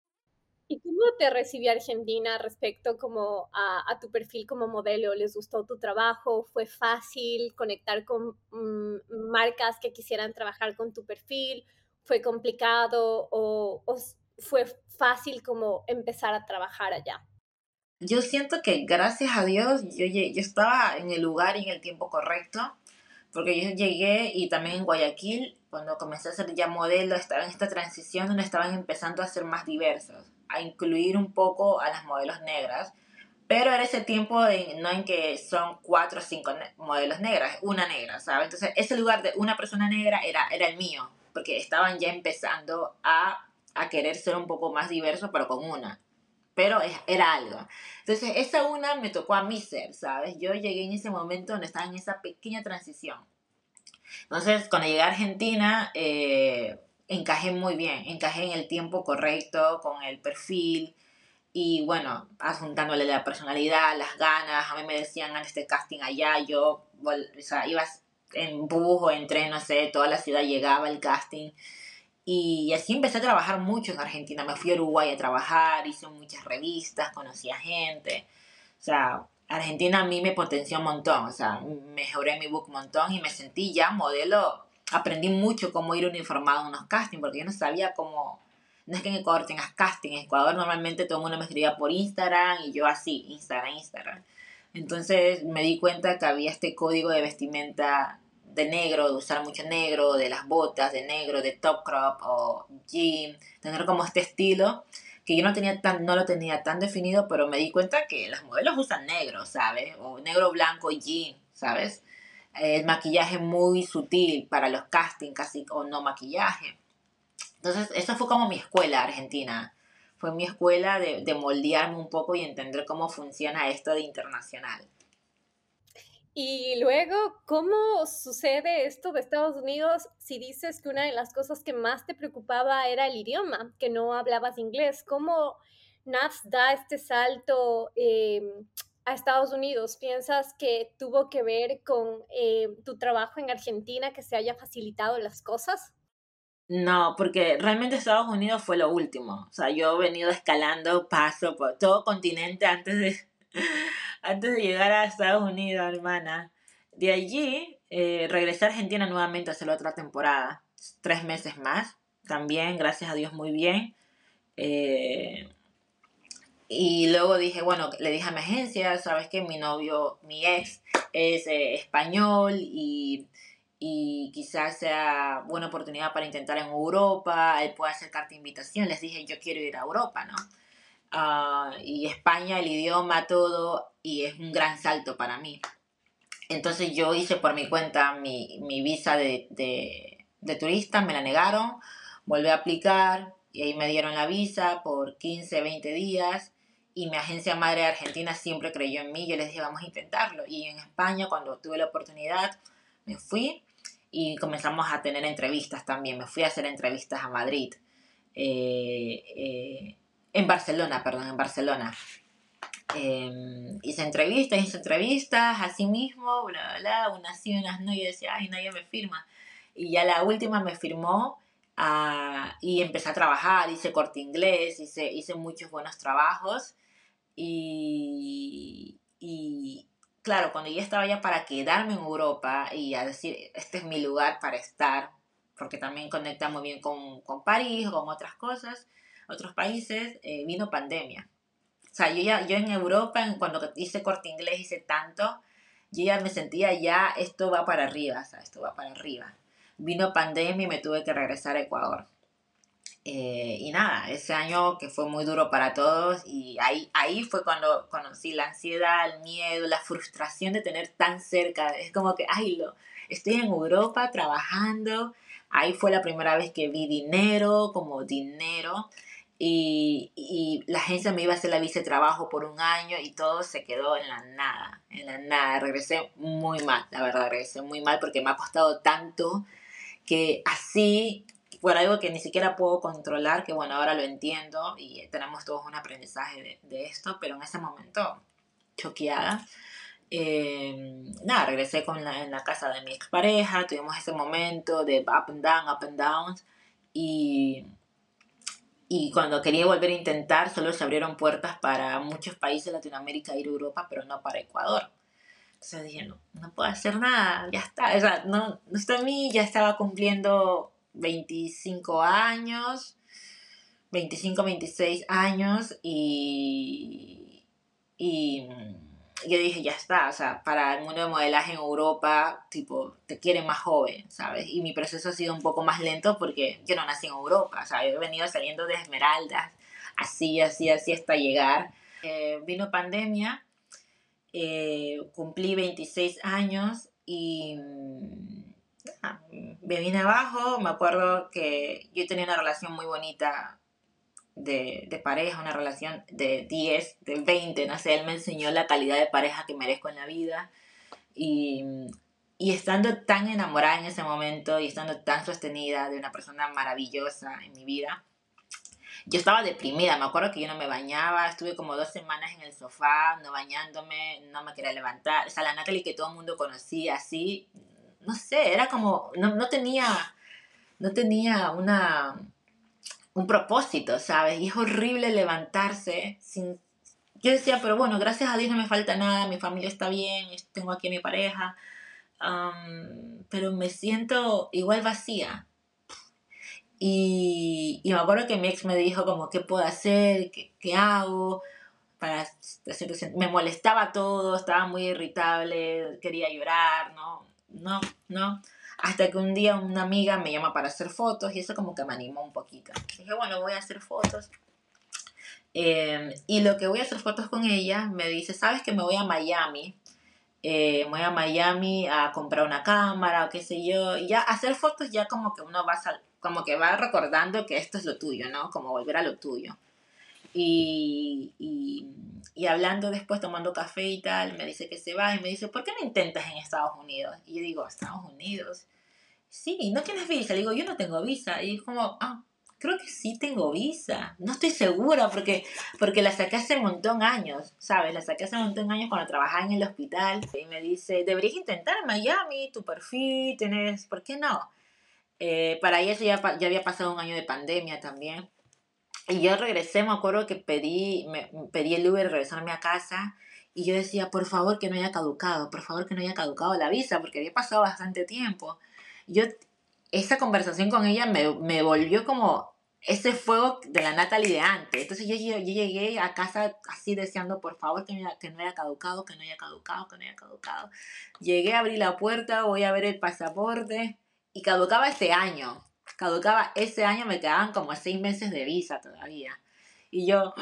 ¿Y cómo te recibió Argentina respecto como a, a tu perfil como modelo? ¿Les gustó tu trabajo? ¿Fue fácil conectar con mm, marcas que quisieran trabajar con tu perfil? ¿Fue complicado o, o s- fue fácil como empezar a trabajar allá? Yo siento que gracias a Dios yo, lle- yo estaba en el lugar y en el tiempo correcto, porque yo llegué y también en Guayaquil, cuando comencé a ser ya modelo, estaba en esta transición donde estaban empezando a ser más diversos, a incluir un poco a las modelos negras, pero era ese tiempo de, no en que son cuatro o cinco ne- modelos negras, una negra, ¿sabes? Entonces ese lugar de una persona negra era, era el mío, porque estaban ya empezando a, a querer ser un poco más diversos, pero con una, pero es- era algo. Entonces, esa una me tocó a mí ser, ¿sabes? Yo llegué en ese momento donde estaba en esa pequeña transición. Entonces, cuando llegué a Argentina, eh, encajé muy bien, encajé en el tiempo correcto, con el perfil y bueno, adjuntándole la personalidad, las ganas. A mí me decían en este casting allá, yo, vol- o sea, ibas en bus o en tren, no sé, toda la ciudad llegaba el casting. Y así empecé a trabajar mucho en Argentina. Me fui a Uruguay a trabajar, hice muchas revistas, conocí a gente. O sea, Argentina a mí me potenció un montón. O sea, mejoré mi book un montón y me sentí ya modelo. Aprendí mucho cómo ir uniformado en unos castings, porque yo no sabía cómo... No es que en Ecuador tengas casting. En Ecuador normalmente todo el mundo me escribía por Instagram y yo así, Instagram, Instagram. Entonces me di cuenta que había este código de vestimenta de negro, de usar mucho negro, de las botas de negro, de top crop o jean, tener como este estilo que yo no tenía tan, no lo tenía tan definido, pero me di cuenta que las modelos usan negro, ¿sabes? O negro, blanco y jean, ¿sabes? El maquillaje muy sutil para los castings, casi o no maquillaje. Entonces, eso fue como mi escuela argentina. Fue mi escuela de, de moldearme un poco y entender cómo funciona esto de internacional. Y luego, ¿cómo sucede esto de Estados Unidos si dices que una de las cosas que más te preocupaba era el idioma, que no hablabas inglés? ¿Cómo N A F S da este salto eh, a Estados Unidos? ¿Piensas que tuvo que ver con eh, tu trabajo en Argentina, que se haya facilitado las cosas? No, porque realmente Estados Unidos fue lo último. O sea, yo he venido escalando paso por todo continente antes de, antes de llegar a Estados Unidos, hermana. De allí, eh, regresé a Argentina nuevamente a hacer otra temporada. Tres meses más. También, gracias a Dios, muy bien. Eh, y luego dije, bueno, le dije a mi agencia, sabes que mi novio, mi ex, es eh, español y, y quizás sea buena oportunidad para intentar en Europa, él puede acercarte invitación. Les dije, yo quiero ir a Europa, ¿no? Ah, y España, el idioma, todo, y es un gran salto para mí. Entonces yo hice por mi cuenta mi, mi visa de, de, de turista, me la negaron, volví a aplicar y ahí me dieron la visa por quince veinte días y mi agencia madre de Argentina siempre creyó en mí, yo les dije vamos a intentarlo y en España cuando tuve la oportunidad me fui y comenzamos a tener entrevistas también, me fui a hacer entrevistas a Madrid, eh, eh, en Barcelona, perdón, en Barcelona. Eh, hice entrevistas, hice entrevistas, así mismo, bla, bla, bla, unas sí, unas no, y yo decía, ay, nadie me firma. Y ya la última me firmó Ah, y empecé a trabajar, hice Corte Inglés, hice, hice muchos buenos trabajos y, y claro, cuando ya estaba ya para quedarme en Europa y a decir, este es mi lugar para estar, porque también conecta muy bien con, con París, con otras cosas, otros países, eh, vino pandemia. O sea, yo ya, yo en Europa, en- cuando hice Corte Inglés, hice tanto, yo ya me sentía ya, esto va para arriba, o sea, esto va para arriba. Vino pandemia y me tuve que regresar a Ecuador. Eh, y nada, ese año que fue muy duro para todos y ahí, ahí fue cuando conocí la ansiedad, el miedo, la frustración de tener tan cerca. Es como que, ay, lo, estoy en Europa trabajando. Ahí fue la primera vez que vi dinero, como dinero. Y, y la agencia me iba a hacer la visa de trabajo por un año y todo se quedó en la nada, en la nada. Regresé muy mal, la verdad, regresé muy mal porque me ha costado tanto que así, por algo que ni siquiera puedo controlar, que bueno, ahora lo entiendo y tenemos todos un aprendizaje de, de esto, pero en ese momento, choqueada. Eh, nada, regresé con la, en la casa de mi expareja, tuvimos ese momento de up and down, up and down, y, y cuando quería volver a intentar, solo se abrieron puertas para muchos países de Latinoamérica ir a Europa, pero no para Ecuador. Entonces dije, no, no puedo hacer nada, ya está. O sea, no, no está en mí, ya estaba cumpliendo veinticinco años, veinticinco veintiséis años y, y yo dije, ya está, o sea, para el mundo de modelaje en Europa, tipo, te quieren más joven, ¿sabes? Y mi proceso ha sido un poco más lento porque yo no nací en Europa, o sea, yo he venido saliendo de Esmeraldas, así, así, así hasta llegar. Eh, vino pandemia, eh, cumplí veintiséis años y ah, me vine abajo. Me acuerdo que yo tenía una relación muy bonita de, de pareja, una relación de diez, de veinte, no sé, él me enseñó la calidad de pareja que merezco en la vida y, y estando tan enamorada en ese momento y estando tan sostenida de una persona maravillosa en mi vida, yo estaba deprimida. Me acuerdo que yo no me bañaba, estuve como dos semanas en el sofá, no bañándome, no me quería levantar. O sea, la Natalie que todo el mundo conocía, así, no sé, era como, no, no tenía, no tenía una, un propósito, ¿sabes? Y es horrible levantarse sin... Yo decía, pero bueno, gracias a Dios no me falta nada, mi familia está bien, tengo aquí a mi pareja, um, pero me siento igual vacía. Y, y me acuerdo que mi ex me dijo como, ¿qué puedo hacer? ¿Qué, qué hago? Para hacer que se- me molestaba todo, estaba muy irritable, quería llorar, no, no, no. Hasta que un día una amiga me llama para hacer fotos y eso como que me animó un poquito. Dije, bueno, voy a hacer fotos. Eh, y lo que voy a hacer fotos con ella, me dice, ¿sabes que me voy a Miami? Eh, voy a Miami a comprar una cámara o qué sé yo. Y ya hacer fotos ya como que uno va, sal, como que va recordando que esto es lo tuyo, ¿no? Como volver a lo tuyo. Y, y, y hablando después, tomando café y tal, me dice que se va y me dice, ¿por qué no intentas en Estados Unidos? Y yo digo, ¿Estados Unidos? Sí, ¿no tienes visa? Le digo, yo no tengo visa. Y es como, ah, creo que sí tengo visa. No estoy segura porque, porque la saqué hace un montón años, ¿sabes? La saqué hace un montón años cuando trabajaba en el hospital. Y me dice, deberías intentar en Miami, tu perfil, tenés, ¿por qué no? Eh, para eso ya, ya había pasado un año de pandemia también. Y yo regresé, me acuerdo que pedí, me, pedí el Uber regresarme a casa y yo decía, por favor que no haya caducado, por favor que no haya caducado la visa, porque había pasado bastante tiempo. Yo, esa conversación con ella me, me volvió como ese fuego de la Natalie de antes. Entonces yo, yo, yo llegué a casa así deseando, por favor que no, haya, que no haya caducado, que no haya caducado, que no haya caducado. Llegué, abrí la puerta, voy a ver el pasaporte y caducaba ese año. Caducaba ese año, me quedaban como seis meses de visa todavía. Y yo,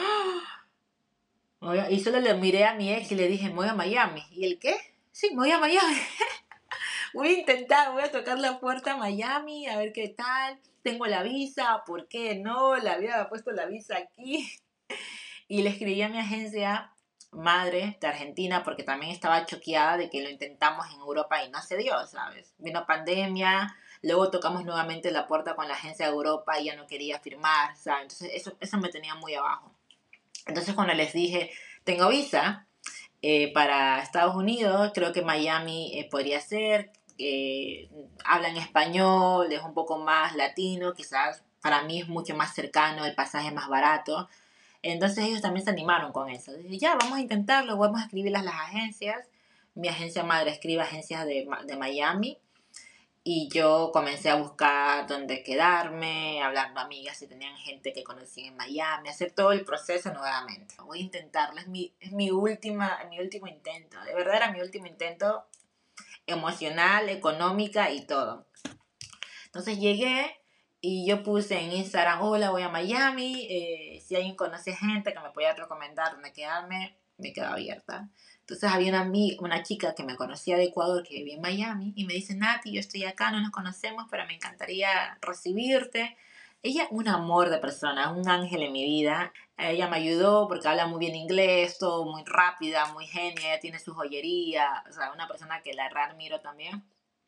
¡ah! Y solo le miré a mi ex y le dije, me voy a Miami. ¿Y el qué? Sí, me voy a Miami. Voy a intentar, voy a tocar la puerta a Miami, a ver qué tal. Tengo la visa, ¿por qué no? Le había puesto la visa aquí. Y le escribí a mi agencia madre de Argentina porque también estaba choqueada de que lo intentamos en Europa y no se dio, ¿sabes? Vino pandemia, luego tocamos nuevamente la puerta con la agencia de Europa y ya no quería firmar, ¿sabes? Entonces eso, eso me tenía muy abajo. Entonces cuando les dije, tengo visa eh, para Estados Unidos, creo que Miami eh, podría ser, que hablan español, es un poco más latino, quizás para mí es mucho más cercano, el pasaje es más barato. Entonces ellos también se animaron con eso. Dije, ya, vamos a intentarlo, vamos a escribirlas las agencias. Mi agencia madre escribe agencias de, de Miami. Y yo comencé a buscar dónde quedarme, hablando a amigas si tenían gente que conocían en Miami, hacer todo el proceso nuevamente. Voy a intentarlo, es mi, es mi, última, mi último intento. De verdad era mi último intento emocional, económica y todo. Entonces llegué y yo puse en Instagram, hola, voy a Miami, eh, si alguien conoce gente que me pueda recomendar dónde quedarme, me quedo abierta. Entonces había una, una chica que me conocía de Ecuador que vivía en Miami y me dice, Nati, yo estoy acá, no nos conocemos, pero me encantaría recibirte. Ella es un amor de persona, un ángel en mi vida. Ella me ayudó porque habla muy bien inglés, todo muy rápida, muy genia, ella tiene su joyería, o sea, una persona que la verdad admiro también.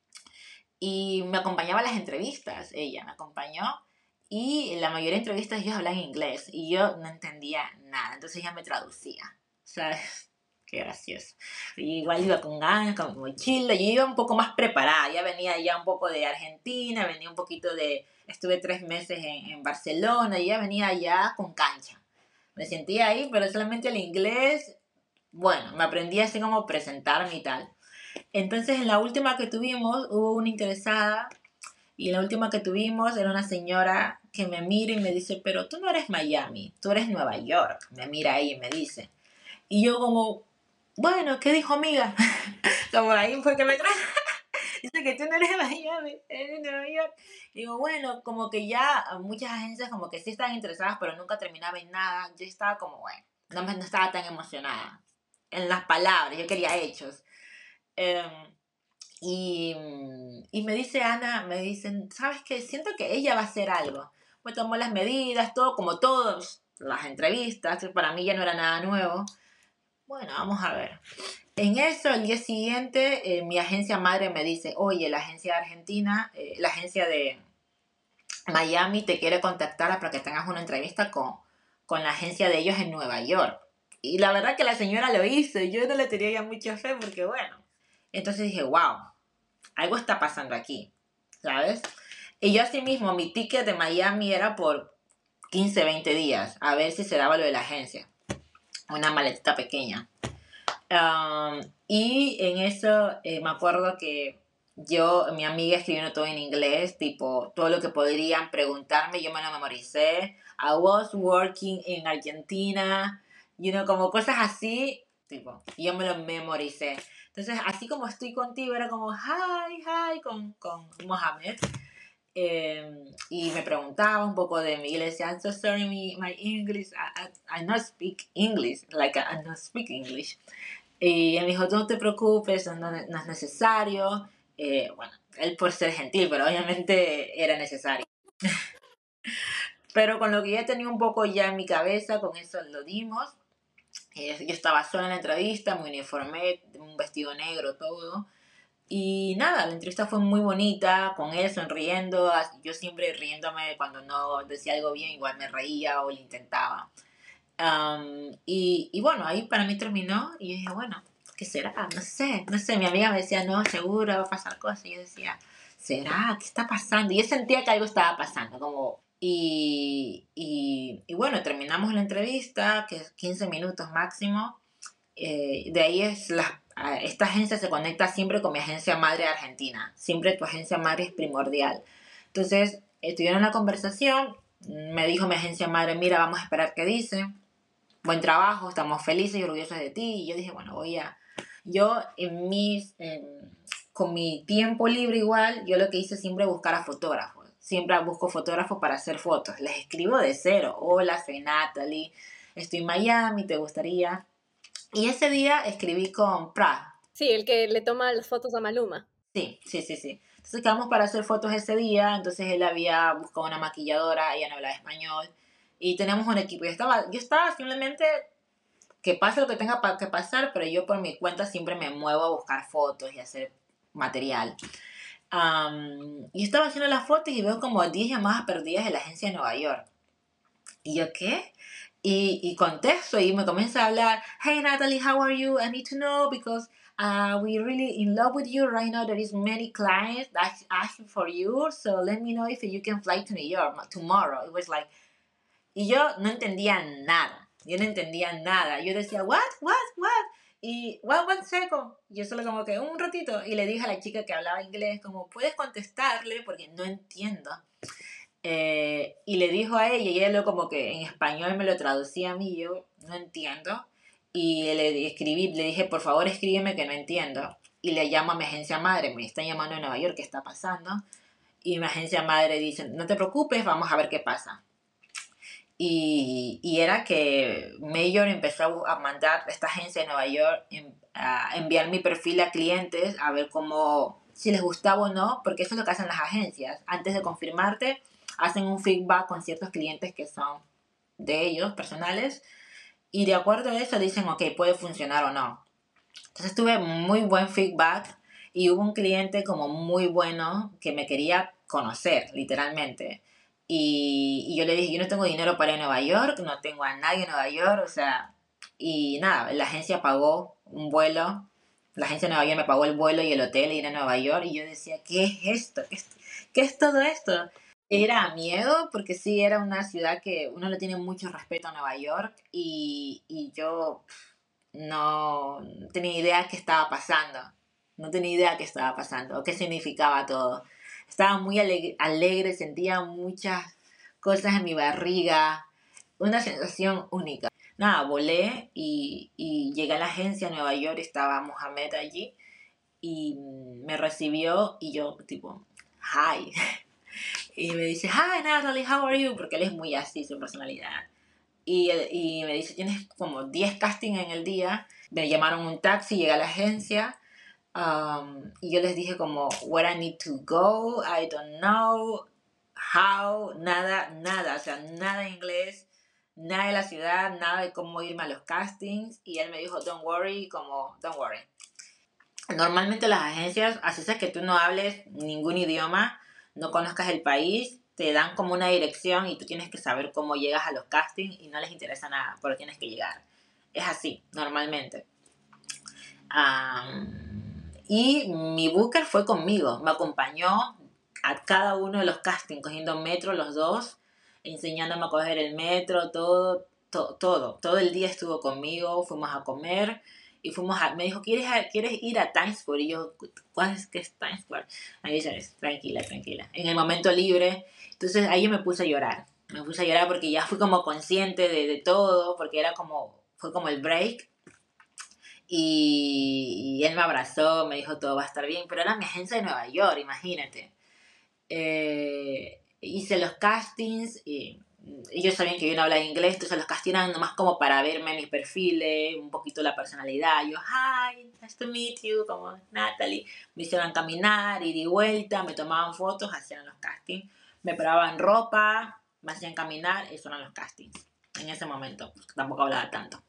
Y me acompañaba a las entrevistas, ella me acompañó. Y la mayoría de entrevistas ellos hablan inglés y yo no entendía nada, entonces ella me traducía, ¿sabes? Qué gracioso. Y igual iba con ganas, con mochila, yo iba un poco más preparada, ya venía ya un poco de Argentina, venía un poquito de, estuve tres meses en, en Barcelona, y ya venía ya con cancha. Me sentía ahí, pero solamente el inglés, bueno, me aprendí así como presentarme y tal. Entonces en la última que tuvimos hubo una interesada y la última que tuvimos era una señora que me mira y me dice, pero tú no eres Miami, tú eres Nueva York. Me mira ahí y me dice. Y yo como, bueno, ¿qué dijo amiga? Como ahí fue que me trajo. Dice que tú no eres de Miami, eres de Nueva York. Digo, bueno, como que ya muchas agencias como que sí estaban interesadas, pero nunca terminaba en nada. Yo estaba como, bueno, no, no estaba tan emocionada en las palabras, yo quería hechos. Um, y, y me dice Ana, me dicen, ¿sabes qué? Siento que ella va a hacer algo. Me tomó las medidas, todo como todas las entrevistas, para mí ya no era nada nuevo. Bueno, vamos a ver. En eso, el día siguiente, eh, mi agencia madre me dice, oye, la agencia de Argentina, eh, la agencia de Miami te quiere contactar para que tengas una entrevista con, con la agencia de ellos en Nueva York. Y la verdad que la señora lo hizo, yo no le tenía ya mucha fe porque, bueno. Entonces dije, wow, algo está pasando aquí, ¿sabes? Y yo así mismo, mi ticket de Miami era por quince, veinte días, a ver si se daba lo de la agencia. Una maletita pequeña. Um, y en eso eh, me acuerdo que yo, mi amiga escribiendo todo en inglés, tipo, todo lo que podrían preguntarme, yo me lo memoricé. I was working en Argentina, you know, como cosas así, tipo, y yo me lo memoricé. Entonces, así como estoy contigo, era como, hi, hi, con, con Mohamed. Eh, y me preguntaba un poco de mi inglés. I'm so sorry, my, my English, I, I, I not speak English, like I, I not speak English. Y él me dijo, no te preocupes, no, no es necesario. Eh, bueno, él por ser gentil, pero obviamente era necesario. Pero con lo que ya tenía un poco ya en mi cabeza, con eso lo dimos. Eh, yo estaba sola en la entrevista, me uniformé, un vestido negro, todo. Y nada, la entrevista fue muy bonita, con él sonriendo. Yo siempre riéndome cuando no decía algo bien, igual me reía o lo intentaba. Um, y, y bueno, ahí para mí terminó y yo dije, bueno, ¿qué será? No sé, no sé. Mi amiga me decía, no, seguro va a pasar cosas. Y yo decía, ¿será? ¿Qué está pasando? Y yo sentía que algo estaba pasando, como... Y, y, y bueno, terminamos la entrevista, que es quince minutos máximo. Eh, de ahí es la, esta agencia se conecta siempre con mi agencia madre de Argentina. Siempre tu agencia madre es primordial. Entonces, estuvieron la conversación. Me dijo mi agencia madre, mira, vamos a esperar qué dice. Buen trabajo, estamos felices y orgullosos de ti. Y yo dije, bueno, voy a... Yo en mis... En, con mi tiempo libre igual, yo lo que hice siempre buscar a fotógrafos. Siempre busco fotógrafos para hacer fotos. Les escribo de cero. Hola, soy Natalie. Estoy en Miami, ¿te gustaría? Y ese día escribí con Prad. Sí, el que le toma las fotos a Maluma. Sí, sí, sí, sí. Entonces quedamos para hacer fotos ese día. Entonces él había buscado una maquilladora, ella no hablaba español. Y teníamos un equipo. Yo estaba, yo estaba simplemente que pase lo que tenga que pasar, pero yo por mi cuenta siempre me muevo a buscar fotos y hacer material. Um, y estaba haciendo las fotos y veo como diez llamadas perdidas de la agencia de Nueva York. ¿Y yo qué? Y, y contesto y me comienza a hablar, hey Natalie, how are you? I need to know because uh, we're really in love with you right now. There is many clients that asking for you, so let me know if you can fly to New York tomorrow. It was like, y yo no entendía nada, yo no entendía nada. Yo decía, what, what, what? Y, one, one second. Yo solo como que, un ratito. Y le dije a la chica que hablaba inglés, como, ¿puedes contestarle? Porque no entiendo. Eh, y le dijo a ella, y ella lo como que en español me lo traducía a mí, yo no entiendo. Y le escribí, le dije, por favor escríbeme que no entiendo. Y le llamo a mi agencia madre, me están llamando en Nueva York, ¿qué está pasando? Y mi agencia madre dice, no te preocupes, vamos a ver qué pasa. Y, y era que Mayor empezó a mandar esta agencia de Nueva York a enviar mi perfil a clientes a ver cómo, si les gustaba o no, porque eso es lo que hacen las agencias. Antes de confirmarte, hacen un feedback con ciertos clientes que son de ellos, personales, y de acuerdo a eso dicen, ok, puede funcionar o no. Entonces tuve muy buen feedback y hubo un cliente como muy bueno que me quería conocer, literalmente. Y, y yo le dije, yo no tengo dinero para ir a Nueva York, no tengo a nadie en Nueva York, o sea, y nada, la agencia pagó un vuelo, la agencia de Nueva York me pagó el vuelo y el hotel y ir a Nueva York, y yo decía, ¿qué es esto? ¿Qué es, qué es todo esto? Era miedo, porque sí, era una ciudad que uno le tiene mucho respeto a Nueva York, y, y yo no tenía idea qué estaba pasando, no tenía idea qué estaba pasando, o qué significaba todo. Estaba muy alegre, alegre, sentía muchas cosas en mi barriga, una sensación única. Nada, volé y, y llegué a la agencia en Nueva York, estaba Mohamed allí y me recibió y yo tipo, hi. Y me dice, hi Natalie, how are you? Porque él es muy así, su personalidad. Y, y me dice, tienes como diez castings en el día. Me llamaron un taxi, llegué a la agencia. Um, y yo les dije como, where I need to go, I don't know, how, nada, nada, o sea, nada de inglés, nada de la ciudad, nada de cómo irme a los castings. Y él me dijo, don't worry, como, don't worry. Normalmente las agencias, así es que tú no hables ningún idioma, no conozcas el país, te dan como una dirección y tú tienes que saber cómo llegas a los castings y no les interesa nada, pero tienes que llegar. Es así, normalmente. Um, y mi booker fue conmigo, me acompañó a cada uno de los castings, cogiendo metro los dos, enseñándome a coger el metro, todo, to, todo. Todo el día estuvo conmigo, fuimos a comer y fuimos a, me dijo, ¿quieres, ¿quieres ir a Times Square? Y yo, ¿cuál es que es Times Square? Ahí dice, tranquila, tranquila. En el momento libre, entonces ahí yo me puse a llorar. Me puse a llorar porque ya fui como consciente de, de todo, porque era como, fue como el break. Y, y él me abrazó, me dijo todo va a estar bien, pero era mi agencia de Nueva York, imagínate. Eh, hice los castings y ellos sabían que yo no hablaba inglés, entonces los castingan nomás como para verme mis perfiles, un poquito la personalidad. Yo, hi, nice to meet you, como Natalie. Me hicieron caminar, ir y vuelta, me tomaban fotos, hacían los castings. Me probaban ropa, me hacían caminar, eso eran los castings. En ese momento, tampoco hablaba tanto.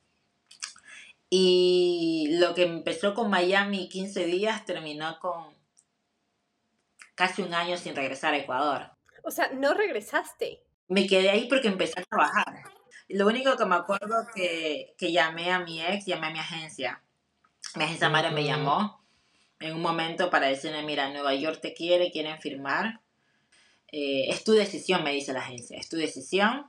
Y lo que empezó con Miami quince días terminó con casi un año sin regresar a Ecuador. O sea, no regresaste. Me quedé ahí porque empecé a trabajar. Lo único que me acuerdo que, que llamé a mi ex, llamé a mi agencia. Mi agencia madre me llamó en un momento para decirme, mira, Nueva York te quiere, quieren firmar. Eh, es tu decisión, me dice la agencia, es tu decisión.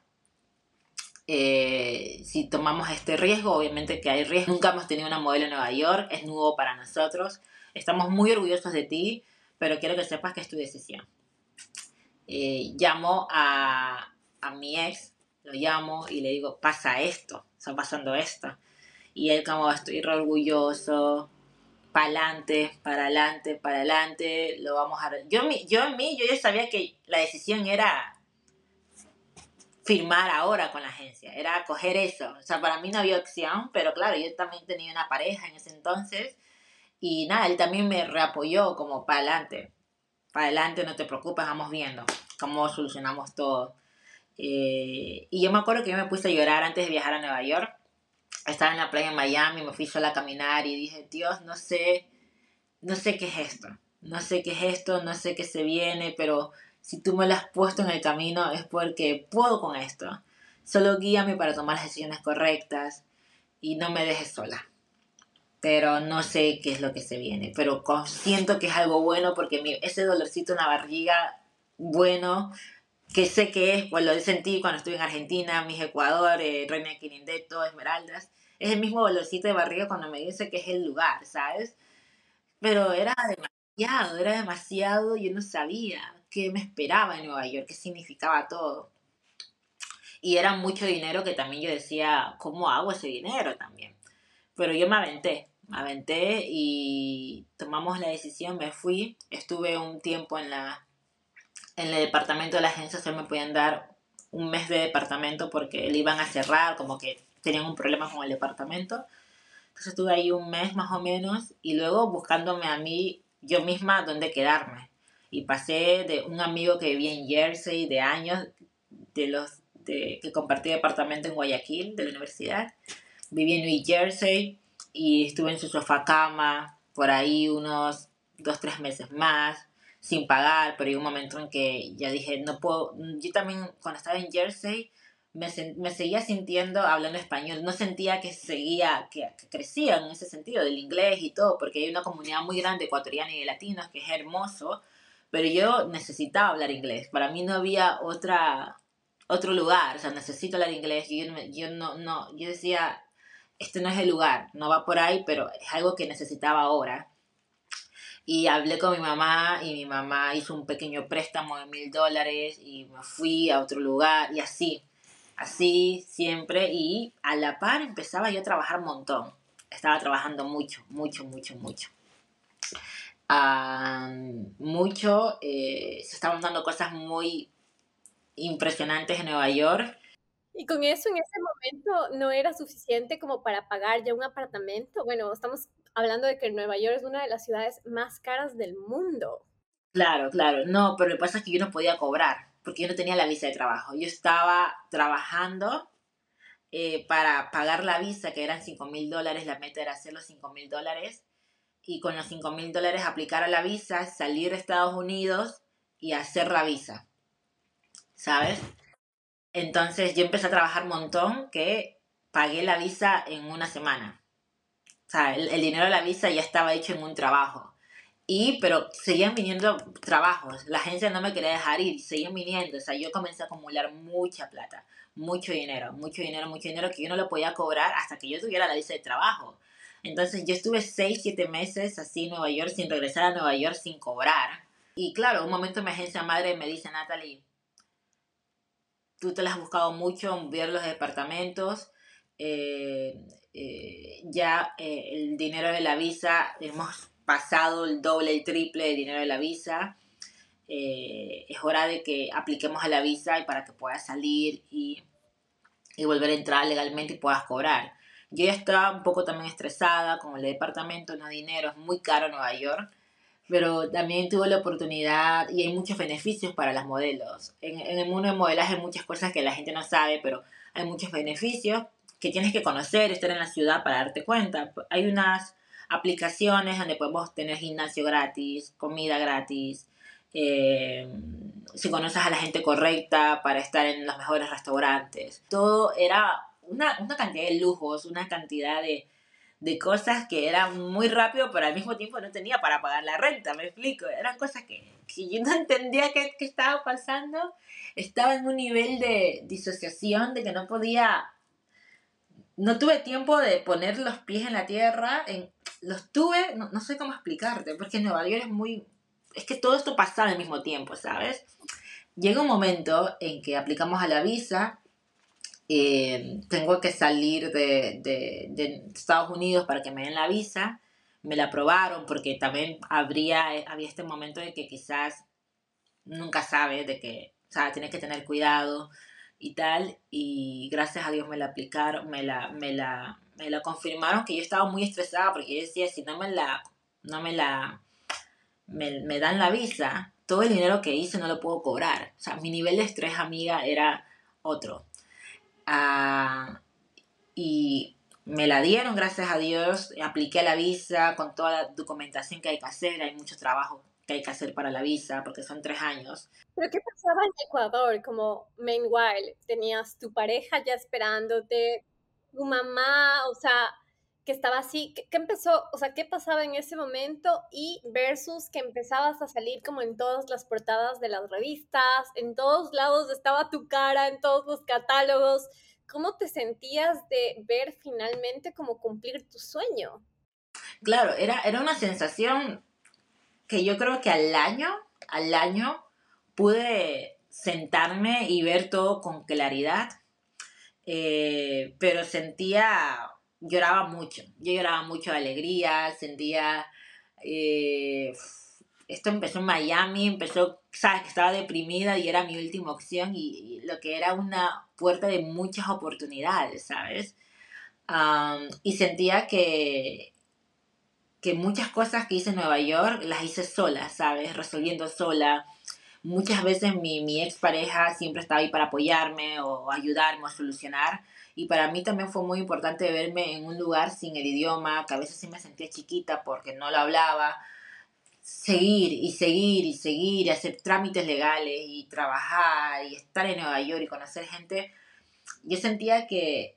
Eh, si tomamos este riesgo, obviamente que hay riesgo. Nunca hemos tenido una modelo en Nueva York, es nuevo para nosotros. Estamos muy orgullosos de ti, pero quiero que sepas que es tu decisión. Eh, llamo a, a mi ex, lo llamo y le digo, pasa esto, está pasando esto. Y él como, estoy re orgulloso, para adelante, para adelante, para adelante, lo vamos a... Yo, yo en mí, yo ya sabía que la decisión era firmar ahora con la agencia, era coger eso. O sea, para mí no había opción, pero claro, yo también tenía una pareja en ese entonces y nada, él también me reapoyó como para adelante, para adelante, no te preocupes, vamos viendo cómo solucionamos todo. Eh, y yo me acuerdo que yo me puse a llorar antes de viajar a Nueva York. Estaba en la playa en Miami, me fui sola a caminar y dije, Dios, no sé, no sé qué es esto, no sé qué es esto, no sé qué se viene, pero si tú me lo has puesto en el camino es porque puedo con esto. Solo guíame para tomar las decisiones correctas y no me dejes sola. pero no sé qué es lo que se viene. Pero con- siento que es algo bueno porque mi- ese dolorcito en la barriga, bueno, que sé que es, pues lo sentí cuando estuve en Argentina, Miss Ecuador, eh, Reina de Quirindeto, Esmeraldas, es el mismo dolorcito de barriga cuando me dice que es el lugar, ¿sabes? Pero era demasiado, era demasiado, yo no sabía qué me esperaba en Nueva York, qué significaba todo. Y era mucho dinero que también yo decía, ¿cómo hago ese dinero también? Pero yo me aventé, me aventé y tomamos la decisión, me fui, estuve un tiempo en la en el departamento de la agencia, solo me podían dar un mes de departamento porque le iban a cerrar, como que tenían un problema con el departamento. Entonces estuve ahí un mes más o menos y luego buscándome a mí, yo misma, dónde quedarme. Y pasé de un amigo que vivía en Jersey de años, de los de, que compartí departamento en Guayaquil, de la universidad. Viví en New Jersey y estuve en su sofá cama por ahí unos dos, tres meses más, sin pagar, pero hay un momento en que ya dije, no puedo, yo también cuando estaba en Jersey me, me seguía sintiendo hablando español, no sentía que seguía, que, que crecía en ese sentido del inglés y todo, porque hay una comunidad muy grande ecuatoriana y de latinos que es hermoso, pero yo necesitaba hablar inglés, para mí no había otra, otro lugar, o sea, necesito hablar inglés, yo, no- yo no, no, yo decía, este no es el lugar, no va por ahí, pero es algo que necesitaba ahora. Y hablé con mi mamá y mi mamá hizo un pequeño préstamo de mil dólares y me fui a otro lugar y así, así siempre. Y a la par empezaba yo a trabajar un montón. Estaba trabajando mucho, mucho, mucho, mucho. Ah, mucho, eh, se estaban dando cosas muy impresionantes en Nueva York. Y con eso en ese momento no era suficiente como para pagar ya un apartamento. Bueno, estamos hablando de que Nueva York es una de las ciudades más caras del mundo. Claro, claro. No, pero lo que pasa es que yo no podía cobrar porque yo no tenía la visa de trabajo. Yo estaba trabajando eh, para pagar la visa, que eran cinco mil dólares. La meta era hacer los cinco mil dólares. Y con los cinco mil dólares aplicar a la visa, salir de Estados Unidos y hacer la visa. ¿Sabes? Entonces yo empecé a trabajar un montón que pagué la visa en una semana. O sea, el, el dinero de la visa ya estaba hecho en un trabajo. Y, pero seguían viniendo trabajos. La agencia no me quería dejar ir, seguían viniendo. O sea, yo comencé a acumular mucha plata, mucho dinero, mucho dinero, mucho dinero que yo no lo podía cobrar hasta que yo tuviera la visa de trabajo. Entonces yo estuve seis, siete meses así en Nueva York sin regresar a Nueva York sin cobrar. Y claro, un momento mi agencia madre me dice, Natalie, tú te la has buscado mucho, ver los departamentos, eh, eh, ya eh, el dinero de la visa, hemos pasado el doble, el triple de dinero de la visa, eh, es hora de que apliquemos a la visa y para que puedas salir y, y volver a entrar legalmente y puedas cobrar. Yo ya estaba un poco también estresada con el departamento, no dinero, es muy caro Nueva York, pero también tuve la oportunidad y hay muchos beneficios para las modelos. En, en el mundo del modelaje hay muchas cosas que la gente no sabe, pero hay muchos beneficios que tienes que conocer, estar en la ciudad para darte cuenta. Hay unas aplicaciones donde podemos tener gimnasio gratis, comida gratis, eh, si conoces a la gente correcta para estar en los mejores restaurantes. Todo era una, una cantidad de lujos, una cantidad de, de cosas que eran muy rápido, pero al mismo tiempo no tenía para pagar la renta, me explico. Eran cosas que, que yo no entendía qué, qué estaba pasando. Estaba en un nivel de disociación de que no podía, no tuve tiempo de poner los pies en la tierra. En, los tuve, no, no sé cómo explicarte, porque Nueva York es muy... Es que todo esto pasaba al mismo tiempo, ¿sabes? Llega un momento en que aplicamos a la visa, eh, tengo que salir de, de, de, Estados Unidos para que me den la visa, me la aprobaron porque también habría, había este momento de que quizás nunca sabes, de que, o sea, tienes que tener cuidado y tal, y gracias a Dios me la aplicaron, me la, me la, me la confirmaron, que yo estaba muy estresada porque yo decía, si no me la, no me la, me, me dan la visa, todo el dinero que hice no lo puedo cobrar. O sea, mi nivel de estrés, amiga, era otro. Ah, y me la dieron, gracias a Dios, apliqué a la visa con toda la documentación que hay que hacer, hay mucho trabajo que hay que hacer para la visa, porque son tres años. Pero ¿qué pasaba en Ecuador? Como, meanwhile, tenías tu pareja ya esperándote, tu mamá, o sea, que estaba así, ¿qué, qué empezó, o sea, qué pasaba en ese momento y versus que empezabas a salir como en todas las portadas de las revistas, en todos lados estaba tu cara, en todos los catálogos? ¿Cómo te sentías de ver finalmente como cumplir tu sueño? Claro, era, era una sensación que yo creo que al año, al año, pude sentarme y ver todo con claridad, eh, pero sentía, lloraba mucho, yo lloraba mucho de alegría, sentía, eh, esto empezó en Miami, empezó, sabes, que estaba deprimida y era mi última opción y, y lo que era una puerta de muchas oportunidades, ¿sabes? Um, y sentía que, que muchas cosas que hice en Nueva York las hice sola, ¿sabes? Resolviendo sola. Muchas veces mi, mi expareja siempre estaba ahí para apoyarme o ayudarme a solucionar. Y para mí también fue muy importante verme en un lugar sin el idioma, que a veces sí me sentía chiquita porque no lo hablaba. Seguir y seguir y seguir y hacer trámites legales y trabajar y estar en Nueva York y conocer gente. Yo sentía que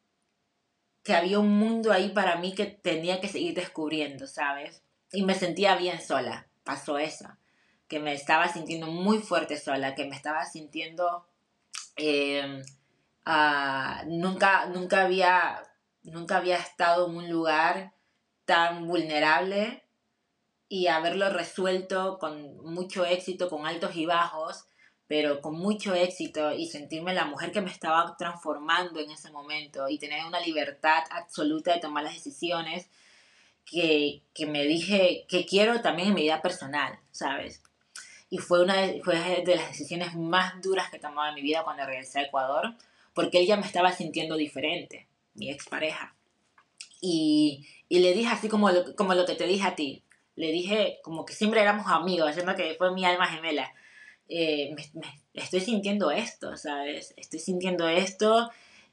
que había un mundo ahí para mí que tenía que seguir descubriendo, ¿sabes? Y me sentía bien sola, pasó eso, que me estaba sintiendo muy fuerte sola, que me estaba sintiendo... eh, ah, nunca, nunca, había, nunca había estado en un lugar tan vulnerable y haberlo resuelto con mucho éxito, con altos y bajos, pero con mucho éxito y sentirme la mujer que me estaba transformando en ese momento y tener una libertad absoluta de tomar las decisiones que, que me dije que quiero también en mi vida personal, ¿sabes? Y fue una de, fue de las decisiones más duras que he tomado en mi vida cuando regresé a Ecuador, porque él ya me estaba sintiendo diferente, mi expareja. Y, y le dije así como lo, como lo que te dije a ti. Le dije como que siempre éramos amigos, haciendo que fue mi alma gemela. Eh, me, me, estoy sintiendo esto, ¿sabes? Estoy sintiendo esto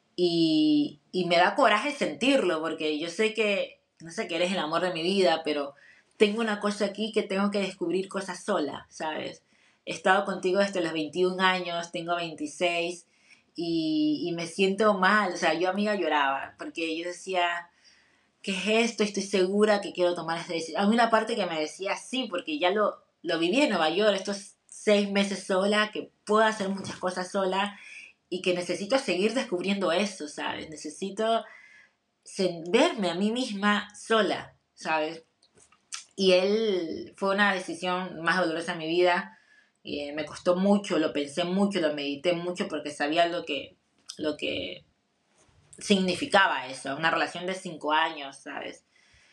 y, y me da coraje sentirlo, porque yo sé que, no sé, que eres el amor de mi vida, pero tengo una cosa aquí que tengo que descubrir cosas sola, ¿sabes? He estado contigo desde los veintiún años, tengo veintiséis y, y me siento mal, o sea, yo amiga lloraba, porque yo decía, ¿qué es esto? Estoy segura que quiero tomar esta decisión. Hay una parte que me decía sí, porque ya lo, lo viví en Nueva York, estos seis meses sola, que puedo hacer muchas cosas sola y que necesito seguir descubriendo eso, ¿sabes? Necesito verme a mí misma sola, ¿sabes? Y él fue una decisión más dolorosa en mi vida. Eh, me costó mucho, lo pensé mucho, lo medité mucho porque sabía lo que, lo que significaba eso, una relación de cinco años, ¿sabes?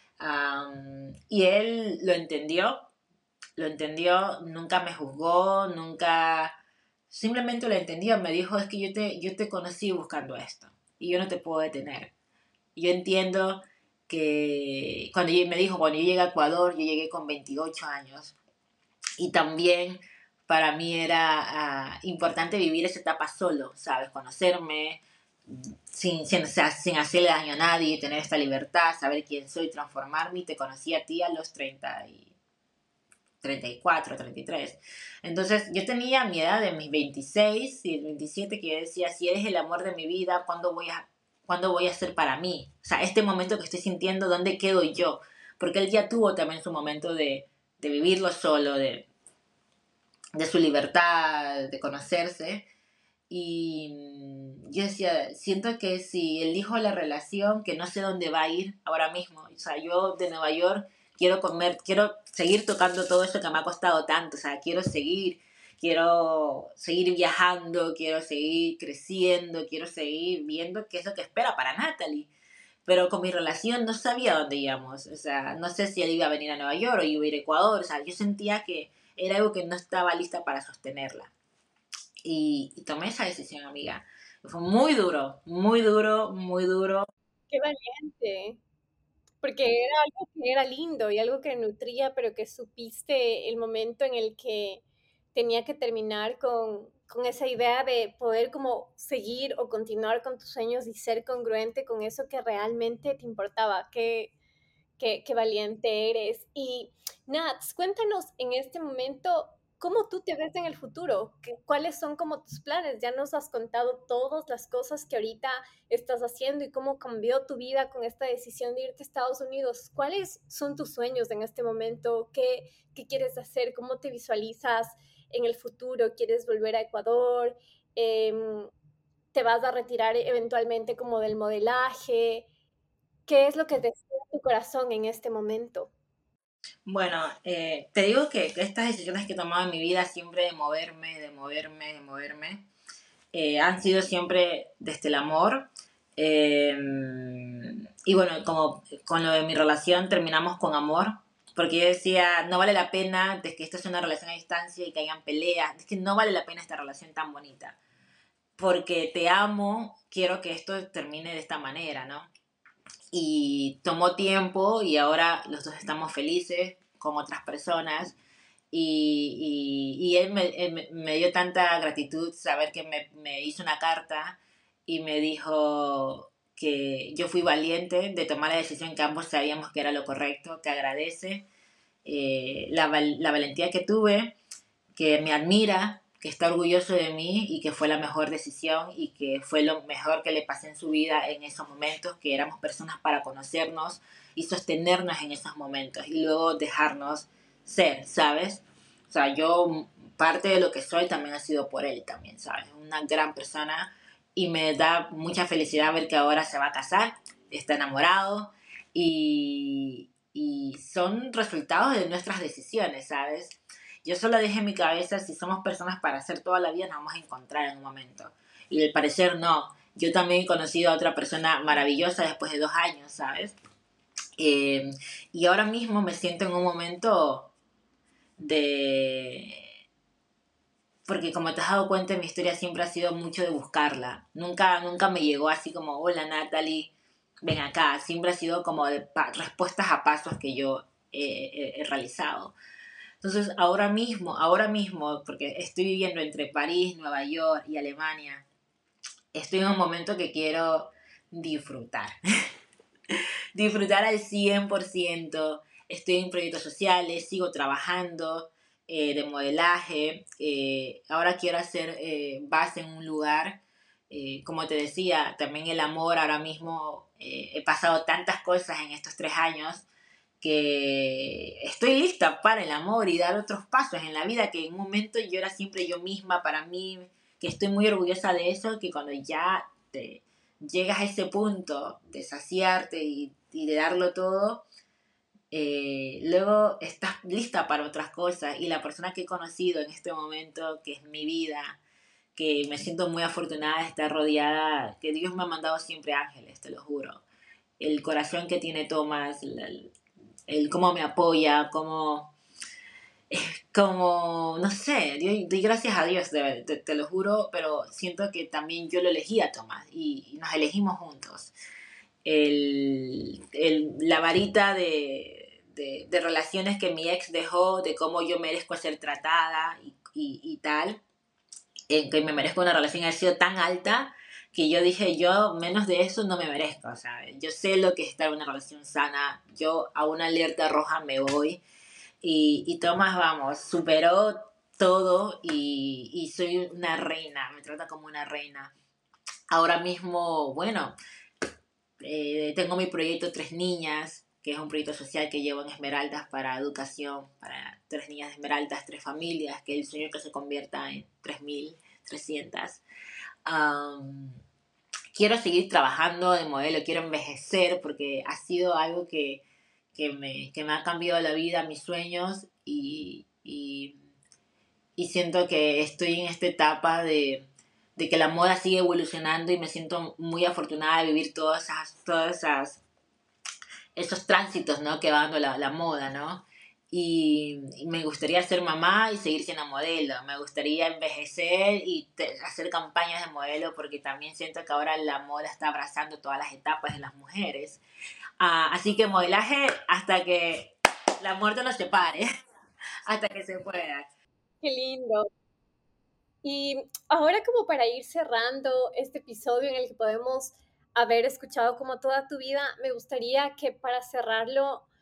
Um, y él lo entendió, lo entendió, nunca me juzgó, nunca, simplemente lo entendió, me dijo, es que yo te, yo te conocí buscando esto y yo no te puedo detener. Yo entiendo que cuando me dijo, cuando yo llegué a Ecuador, yo llegué con veintiocho años y también para mí era uh, importante vivir esa etapa solo, ¿sabes? Conocerme, sin, sin, o sea, sin hacerle daño a nadie, tener esta libertad, saber quién soy, transformarme. Y te conocí a ti a los treinta y treinta y cuatro, treinta y tres. Entonces yo tenía mi edad de mis veintiséis y veintisiete que yo decía, si eres el amor de mi vida, ¿cuándo voy a, ¿cuándo voy a ser para mí? O sea, este momento que estoy sintiendo, ¿dónde quedo yo? Porque él ya tuvo también su momento de, de vivirlo solo, de, de su libertad, de conocerse. Y yo decía, siento que si elijo la relación, que no sé dónde va a ir ahora mismo. O sea, yo de Nueva York quiero comer, quiero seguir tocando todo eso que me ha costado tanto. O sea, quiero seguir, quiero seguir viajando, quiero seguir creciendo, quiero seguir viendo qué es lo que espera para Natalie. Pero con mi relación no sabía dónde íbamos. O sea, no sé si él iba a venir a Nueva York o iba a ir a Ecuador. O sea, yo sentía que era algo que no estaba lista para sostenerla. Y, y tomé esa decisión, amiga. Fue muy duro, muy duro, muy duro. Qué valiente, porque era algo que era lindo y algo que nutría, pero que supiste el momento en el que tenía que terminar con, con esa idea de poder como seguir o continuar con tus sueños y ser congruente con eso que realmente te importaba. Qué, qué, qué valiente eres. Y Nats, cuéntanos en este momento. ¿cómo tú te ves en el futuro? ¿Qué- ¿Cuáles son como tus planes? Ya nos has contado todas las cosas que ahorita estás haciendo y cómo cambió tu vida con esta decisión de irte a Estados Unidos. ¿Cuáles son tus sueños en este momento? ¿Qué, qué quieres hacer? ¿Cómo te visualizas en el futuro? ¿Quieres volver a Ecuador? Em, ¿Te vas a retirar eventualmente como del modelaje? ¿Qué es lo que desea tu corazón en este momento? Bueno, eh, te digo que estas decisiones que he tomado en mi vida siempre de moverme, de moverme, de moverme, eh, han sido siempre desde el amor. Eh, y bueno, como con lo de mi relación terminamos con amor, porque yo decía, no vale la pena de que esto sea una relación a distancia y que hayan peleas, es que no vale la pena esta relación tan bonita, porque te amo, quiero que esto termine de esta manera, ¿no? Y tomó tiempo y ahora los dos estamos felices con otras personas y, y, y él, me, él me, me dio tanta gratitud saber que me, me hizo una carta y me dijo que yo fui valiente de tomar la decisión que ambos sabíamos que era lo correcto, que agradece eh, la, la valentía que tuve, que me admira, que está orgulloso de mí y que fue la mejor decisión y que fue lo mejor que le pasé en su vida en esos momentos, que éramos personas para conocernos y sostenernos en esos momentos y luego dejarnos ser, ¿sabes? O sea, yo parte de lo que soy también ha sido por él también, ¿sabes? Una gran persona y me da mucha felicidad ver que ahora se va a casar, está enamorado y, y son resultados de nuestras decisiones, ¿sabes? Yo solo dije en mi cabeza, si somos personas para hacer toda la vida, nos vamos a encontrar en un momento. Y al parecer no. Yo también he conocido a otra persona maravillosa después de dos años, ¿sabes? Eh, y ahora mismo me siento en un momento de... Porque como te has dado cuenta, mi historia siempre ha sido mucho de buscarla. Nunca, nunca me llegó así como, hola Natalie, ven acá. Siempre ha sido como de pa- respuestas a pasos que yo eh, he, he realizado. Entonces, ahora mismo, ahora mismo, porque estoy viviendo entre París, Nueva York y Alemania, estoy en un momento que quiero disfrutar. Disfrutar al cien por ciento. Estoy en proyectos sociales, sigo trabajando eh, de modelaje. Eh, ahora quiero hacer eh, base en un lugar. Eh, como te decía, también el amor ahora mismo. Eh, he pasado tantas cosas en estos tres años que estoy lista para el amor y dar otros pasos en la vida, que en un momento yo era siempre yo misma para mí, que estoy muy orgullosa de eso, que cuando ya te llegas a ese punto de saciarte y, y de darlo todo, eh, luego estás lista para otras cosas y la persona que he conocido en este momento, que es mi vida, que me siento muy afortunada de estar rodeada, que Dios me ha mandado siempre ángeles, te lo juro. El corazón que tiene Tomás, el, el cómo me apoya, cómo, como, no sé, doy, doy gracias a Dios, te, te, te, lo juro, pero siento que también yo lo elegí a Tomás y, y nos elegimos juntos. El, el, la varita de, de, de, relaciones que mi ex dejó, de cómo yo merezco ser tratada y, y, y tal, en que me merezco una relación ha sido tan alta que yo dije, yo menos de eso no me merezco, o sea, yo sé lo que es estar en una relación sana, yo a una alerta roja me voy y, y Tomás, vamos, superó todo y, y soy una reina, me trata como una reina. Ahora mismo, bueno, eh, tengo mi proyecto Tres Niñas, que es un proyecto social que llevo en Esmeraldas para educación, para tres niñas de Esmeraldas, tres familias, que el sueño que se convierta en tres mil trescientas. Um, quiero seguir trabajando de modelo, quiero envejecer porque ha sido algo que, que, me, que me ha cambiado la vida, mis sueños y, y, y siento que estoy en esta etapa de, de que la moda sigue evolucionando y me siento muy afortunada de vivir todas esas, todas esas esos tránsitos, ¿no? Que va dando la, la moda, ¿no? Y, y me gustaría ser mamá y seguir siendo modelo. Me gustaría envejecer y te, hacer campañas de modelo porque también siento que ahora la moda está abrazando todas las etapas de las mujeres. Ah, así que modelaje hasta que la muerte nos separe, hasta que se pueda. Qué lindo. Y ahora como para ir cerrando este episodio en el que podemos haber escuchado como toda tu vida, me gustaría que para cerrarlo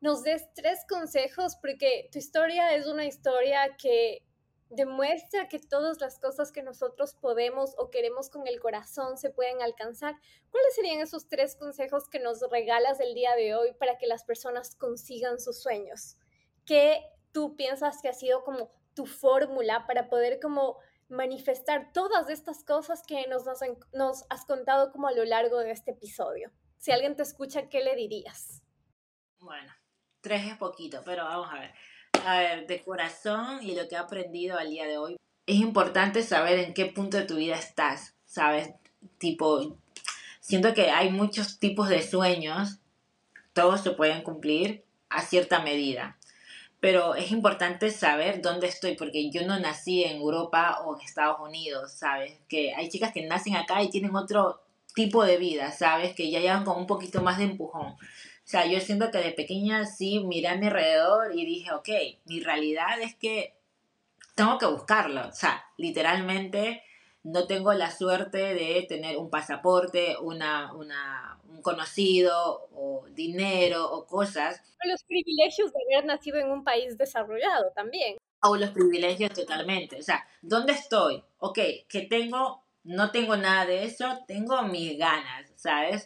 nos des tres consejos, porque tu historia es una historia que demuestra que todas las cosas que nosotros podemos o queremos con el corazón se pueden alcanzar. ¿Cuáles serían esos tres consejos que nos regalas el día de hoy para que las personas consigan sus sueños? ¿Qué tú piensas que ha sido como tu fórmula para poder como manifestar todas estas cosas que nos, has, nos has contado como a lo largo de este episodio? Si alguien te escucha, ¿qué le dirías? Bueno, tres es poquito, pero vamos a ver. A ver, de corazón y lo que he aprendido al día de hoy, es importante saber en qué punto de tu vida estás, ¿sabes? Tipo, siento que hay muchos tipos de sueños, todos se pueden cumplir a cierta medida, pero es importante saber dónde estoy, porque yo no nací en Europa o en Estados Unidos, ¿sabes? Que hay chicas que nacen acá y tienen otro tipo de vida, ¿sabes? Que ya llevan con un poquito más de empujón. O sea, yo siento que de pequeña sí miré a mi alrededor y dije, ok, mi realidad es que tengo que buscarlo. O sea, literalmente no tengo la suerte de tener un pasaporte, una, una, un conocido o dinero o cosas. Los privilegios de haber nacido en un país desarrollado también. O los privilegios totalmente. O sea, ¿dónde estoy? Ok, que tengo, no tengo nada de eso, tengo mis ganas, ¿sabes?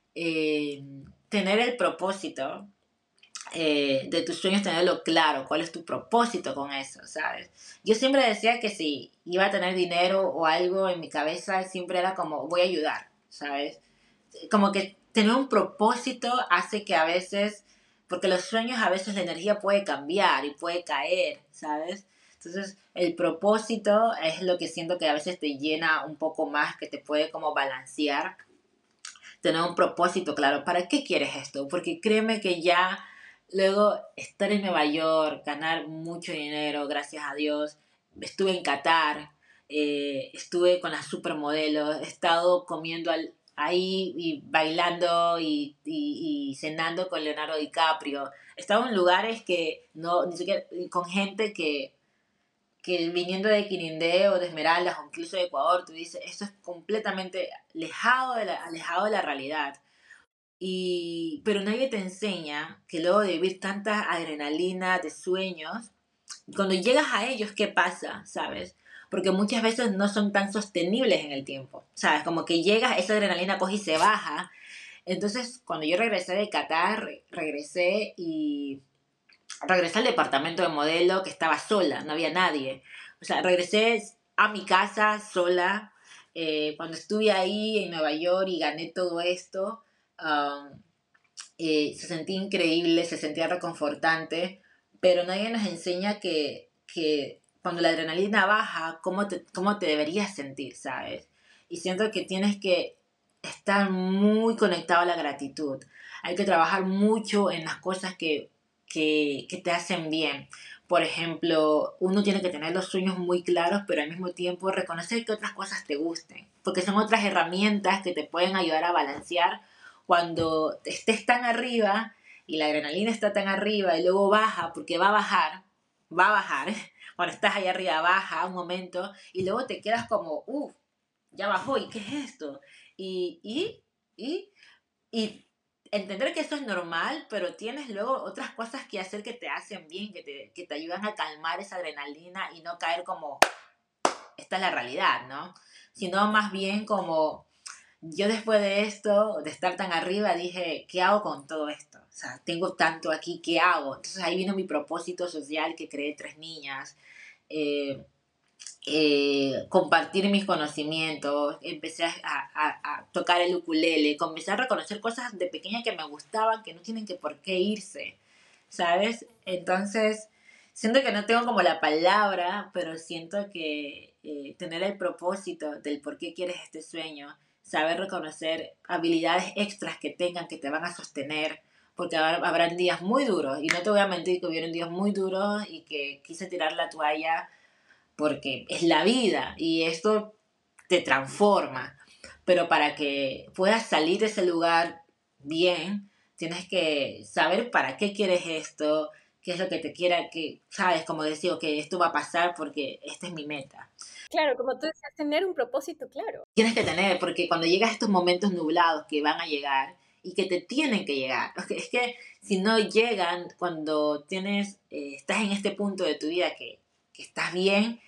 Eh, tener el propósito eh, de tus sueños, tenerlo claro, cuál es tu propósito con eso, ¿sabes? Yo siempre decía que si iba a tener dinero o algo en mi cabeza, siempre era como, voy a ayudar, ¿sabes? Como que tener un propósito hace que a veces, porque los sueños a veces la energía puede cambiar y puede caer, ¿sabes? Entonces el propósito es lo que siento que a veces te llena un poco más, que te puede como balancear, tener un propósito claro. ¿Para qué quieres esto? Porque créeme que ya luego estar en Nueva York, ganar mucho dinero, gracias a Dios, estuve en Qatar, eh, estuve con las supermodelos, he estado comiendo al, ahí y bailando y, y, y cenando con Leonardo DiCaprio. He estado en lugares que no, ni siquiera, con gente que que viniendo de Quirindé o de Esmeraldas o incluso de Ecuador, tú dices, esto es completamente alejado de la, alejado de la realidad. Y, pero nadie te enseña que luego de vivir tanta adrenalina de sueños, cuando llegas a ellos, ¿qué pasa? ¿Sabes? Porque muchas veces no son tan sostenibles en el tiempo, ¿sabes? Como que llegas, esa adrenalina coge y se baja. Entonces, cuando yo regresé de Qatar, regresé y regresé al departamento de modelo que estaba sola, no había nadie. O sea, regresé a mi casa sola. Eh, cuando estuve ahí en Nueva York y gané todo esto, um, eh, se sentía increíble, se sentía reconfortante, pero nadie nos enseña que, que cuando la adrenalina baja, cómo te, cómo te deberías sentir, ¿sabes? Y siento que tienes que estar muy conectado a la gratitud. Hay que trabajar mucho en las cosas que, que, que te hacen bien. Por ejemplo, uno tiene que tener los sueños muy claros, pero al mismo tiempo reconocer que otras cosas te gusten, porque son otras herramientas que te pueden ayudar a balancear cuando estés tan arriba y la adrenalina está tan arriba y luego baja, porque va a bajar, va a bajar, cuando estás ahí arriba baja un momento y luego te quedas como, uff, ya bajó, ¿y qué es esto? Y, y, y, y entender que esto es normal, pero tienes luego otras cosas que hacer que te hacen bien, que te, que te ayudan a calmar esa adrenalina y no caer como, esta es la realidad, ¿no? Sino más bien como, yo después de esto, de estar tan arriba, dije, ¿qué hago con todo esto? O sea, tengo tanto aquí, ¿qué hago? Entonces ahí vino mi propósito social, que creé tres niñas. Eh, eh, compartir mis conocimientos, empecé a, a, a, tocar el ukulele, comencé a reconocer cosas de pequeña que me gustaban, que no tienen que por qué irse, ¿sabes? Entonces, siento que no tengo como la palabra, pero siento que eh, tener el propósito del por qué quieres este sueño, saber reconocer habilidades extras que tengan, que te van a sostener, porque habrán días muy duros, y no te voy a mentir que hubieron días muy duros y que quise tirar la toalla porque es la vida y esto te transforma. Pero para que puedas salir de ese lugar bien, tienes que saber para qué quieres esto, qué es lo que te quiera, que sabes, como decir, que esto va a pasar porque esta es mi meta. Claro, como tú decías, tener un propósito claro. Tienes que tener, porque cuando llegas a estos momentos nublados que van a llegar y que te tienen que llegar. Es que si no llegan cuando tienes, eh, estás en este punto de tu vida que, que estás bien,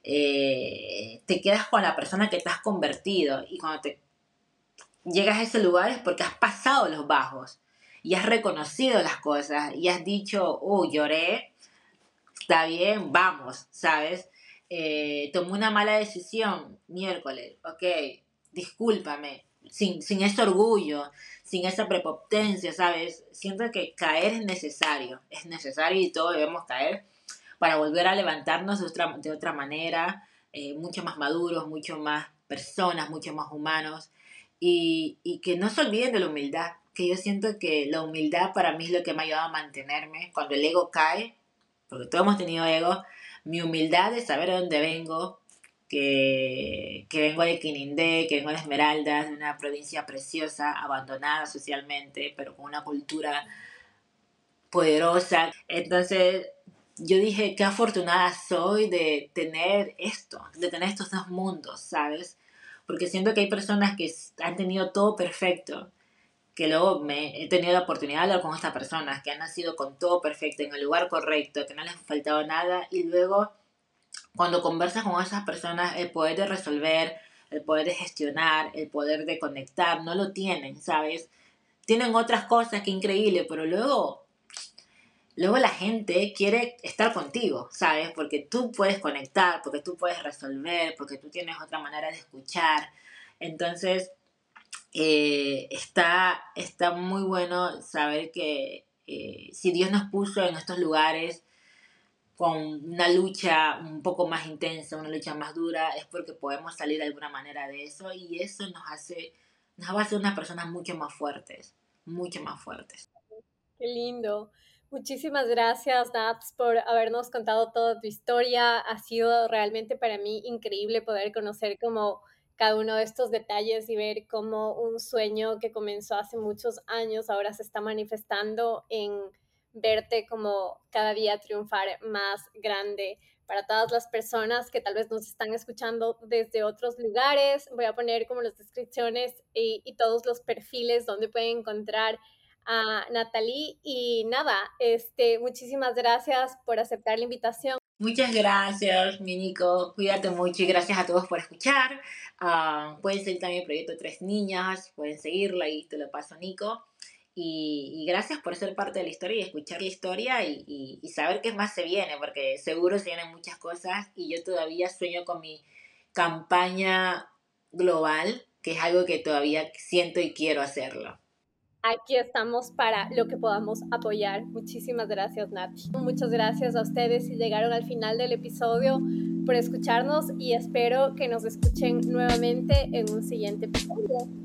eh, te quedas con la persona que te has convertido, y cuando te llegas a ese lugar es porque has pasado los bajos y has reconocido las cosas y has dicho, oh, lloré, está bien, vamos, ¿sabes? Eh, tomé una mala decisión, miércoles, ok, discúlpame, sin, sin ese orgullo, sin esa prepotencia, ¿sabes? Siento que caer es necesario, es necesario y todos debemos caer para volver a levantarnos de otra, de otra manera, eh, mucho más maduros, mucho más personas, mucho más humanos, y, y que no se olviden de la humildad, que yo siento que la humildad para mí es lo que me ha ayudado a mantenerme cuando el ego cae, porque todos hemos tenido ego. Mi humildad de saber de dónde vengo, que, que vengo de Quinindé, que vengo de Esmeraldas, de una provincia preciosa, abandonada socialmente, pero con una cultura poderosa. Entonces yo dije, qué afortunada soy de tener esto, de tener estos dos mundos, ¿sabes? Porque siento que hay personas que han tenido todo perfecto, que luego me he tenido la oportunidad de hablar con estas personas que han nacido con todo perfecto, en el lugar correcto, que no les ha faltado nada, y luego cuando conversas con esas personas, el poder de resolver, el poder de gestionar, el poder de conectar, no lo tienen, ¿sabes? Tienen otras cosas que increíble, pero luego, luego la gente quiere estar contigo, ¿sabes? Porque tú puedes conectar, porque tú puedes resolver, porque tú tienes otra manera de escuchar. Entonces, eh, está, está muy bueno saber que eh, si Dios nos puso en estos lugares con una lucha un poco más intensa, una lucha más dura, es porque podemos salir de alguna manera de eso, y eso nos hace, nos va a hacer unas personas mucho más fuertes, mucho más fuertes. Qué lindo. Muchísimas gracias, Nats, por habernos contado toda tu historia. Ha sido realmente para mí increíble poder conocer como cada uno de estos detalles y ver cómo un sueño que comenzó hace muchos años ahora se está manifestando en verte como cada día triunfar más grande. Para todas las personas que tal vez nos están escuchando desde otros lugares, voy a poner como las descripciones y, y todos los perfiles donde pueden encontrar a Natalie. Y nada, este, muchísimas gracias por aceptar la invitación. Muchas gracias, mi Nico. Cuídate mucho y gracias a todos por escuchar. Uh, pueden seguir también el proyecto Tres Niñas, pueden seguirlo, ahí te lo paso, Nico. Y, y gracias por ser parte de la historia y escuchar la historia y, y, y saber qué más se viene, porque seguro se vienen muchas cosas y yo todavía sueño con mi campaña global, que es algo que todavía siento y quiero hacerlo. Aquí estamos para lo que podamos apoyar. Muchísimas gracias, Nati. Muchas gracias a ustedes si llegaron al final del episodio por escucharnos y espero que nos escuchen nuevamente en un siguiente episodio.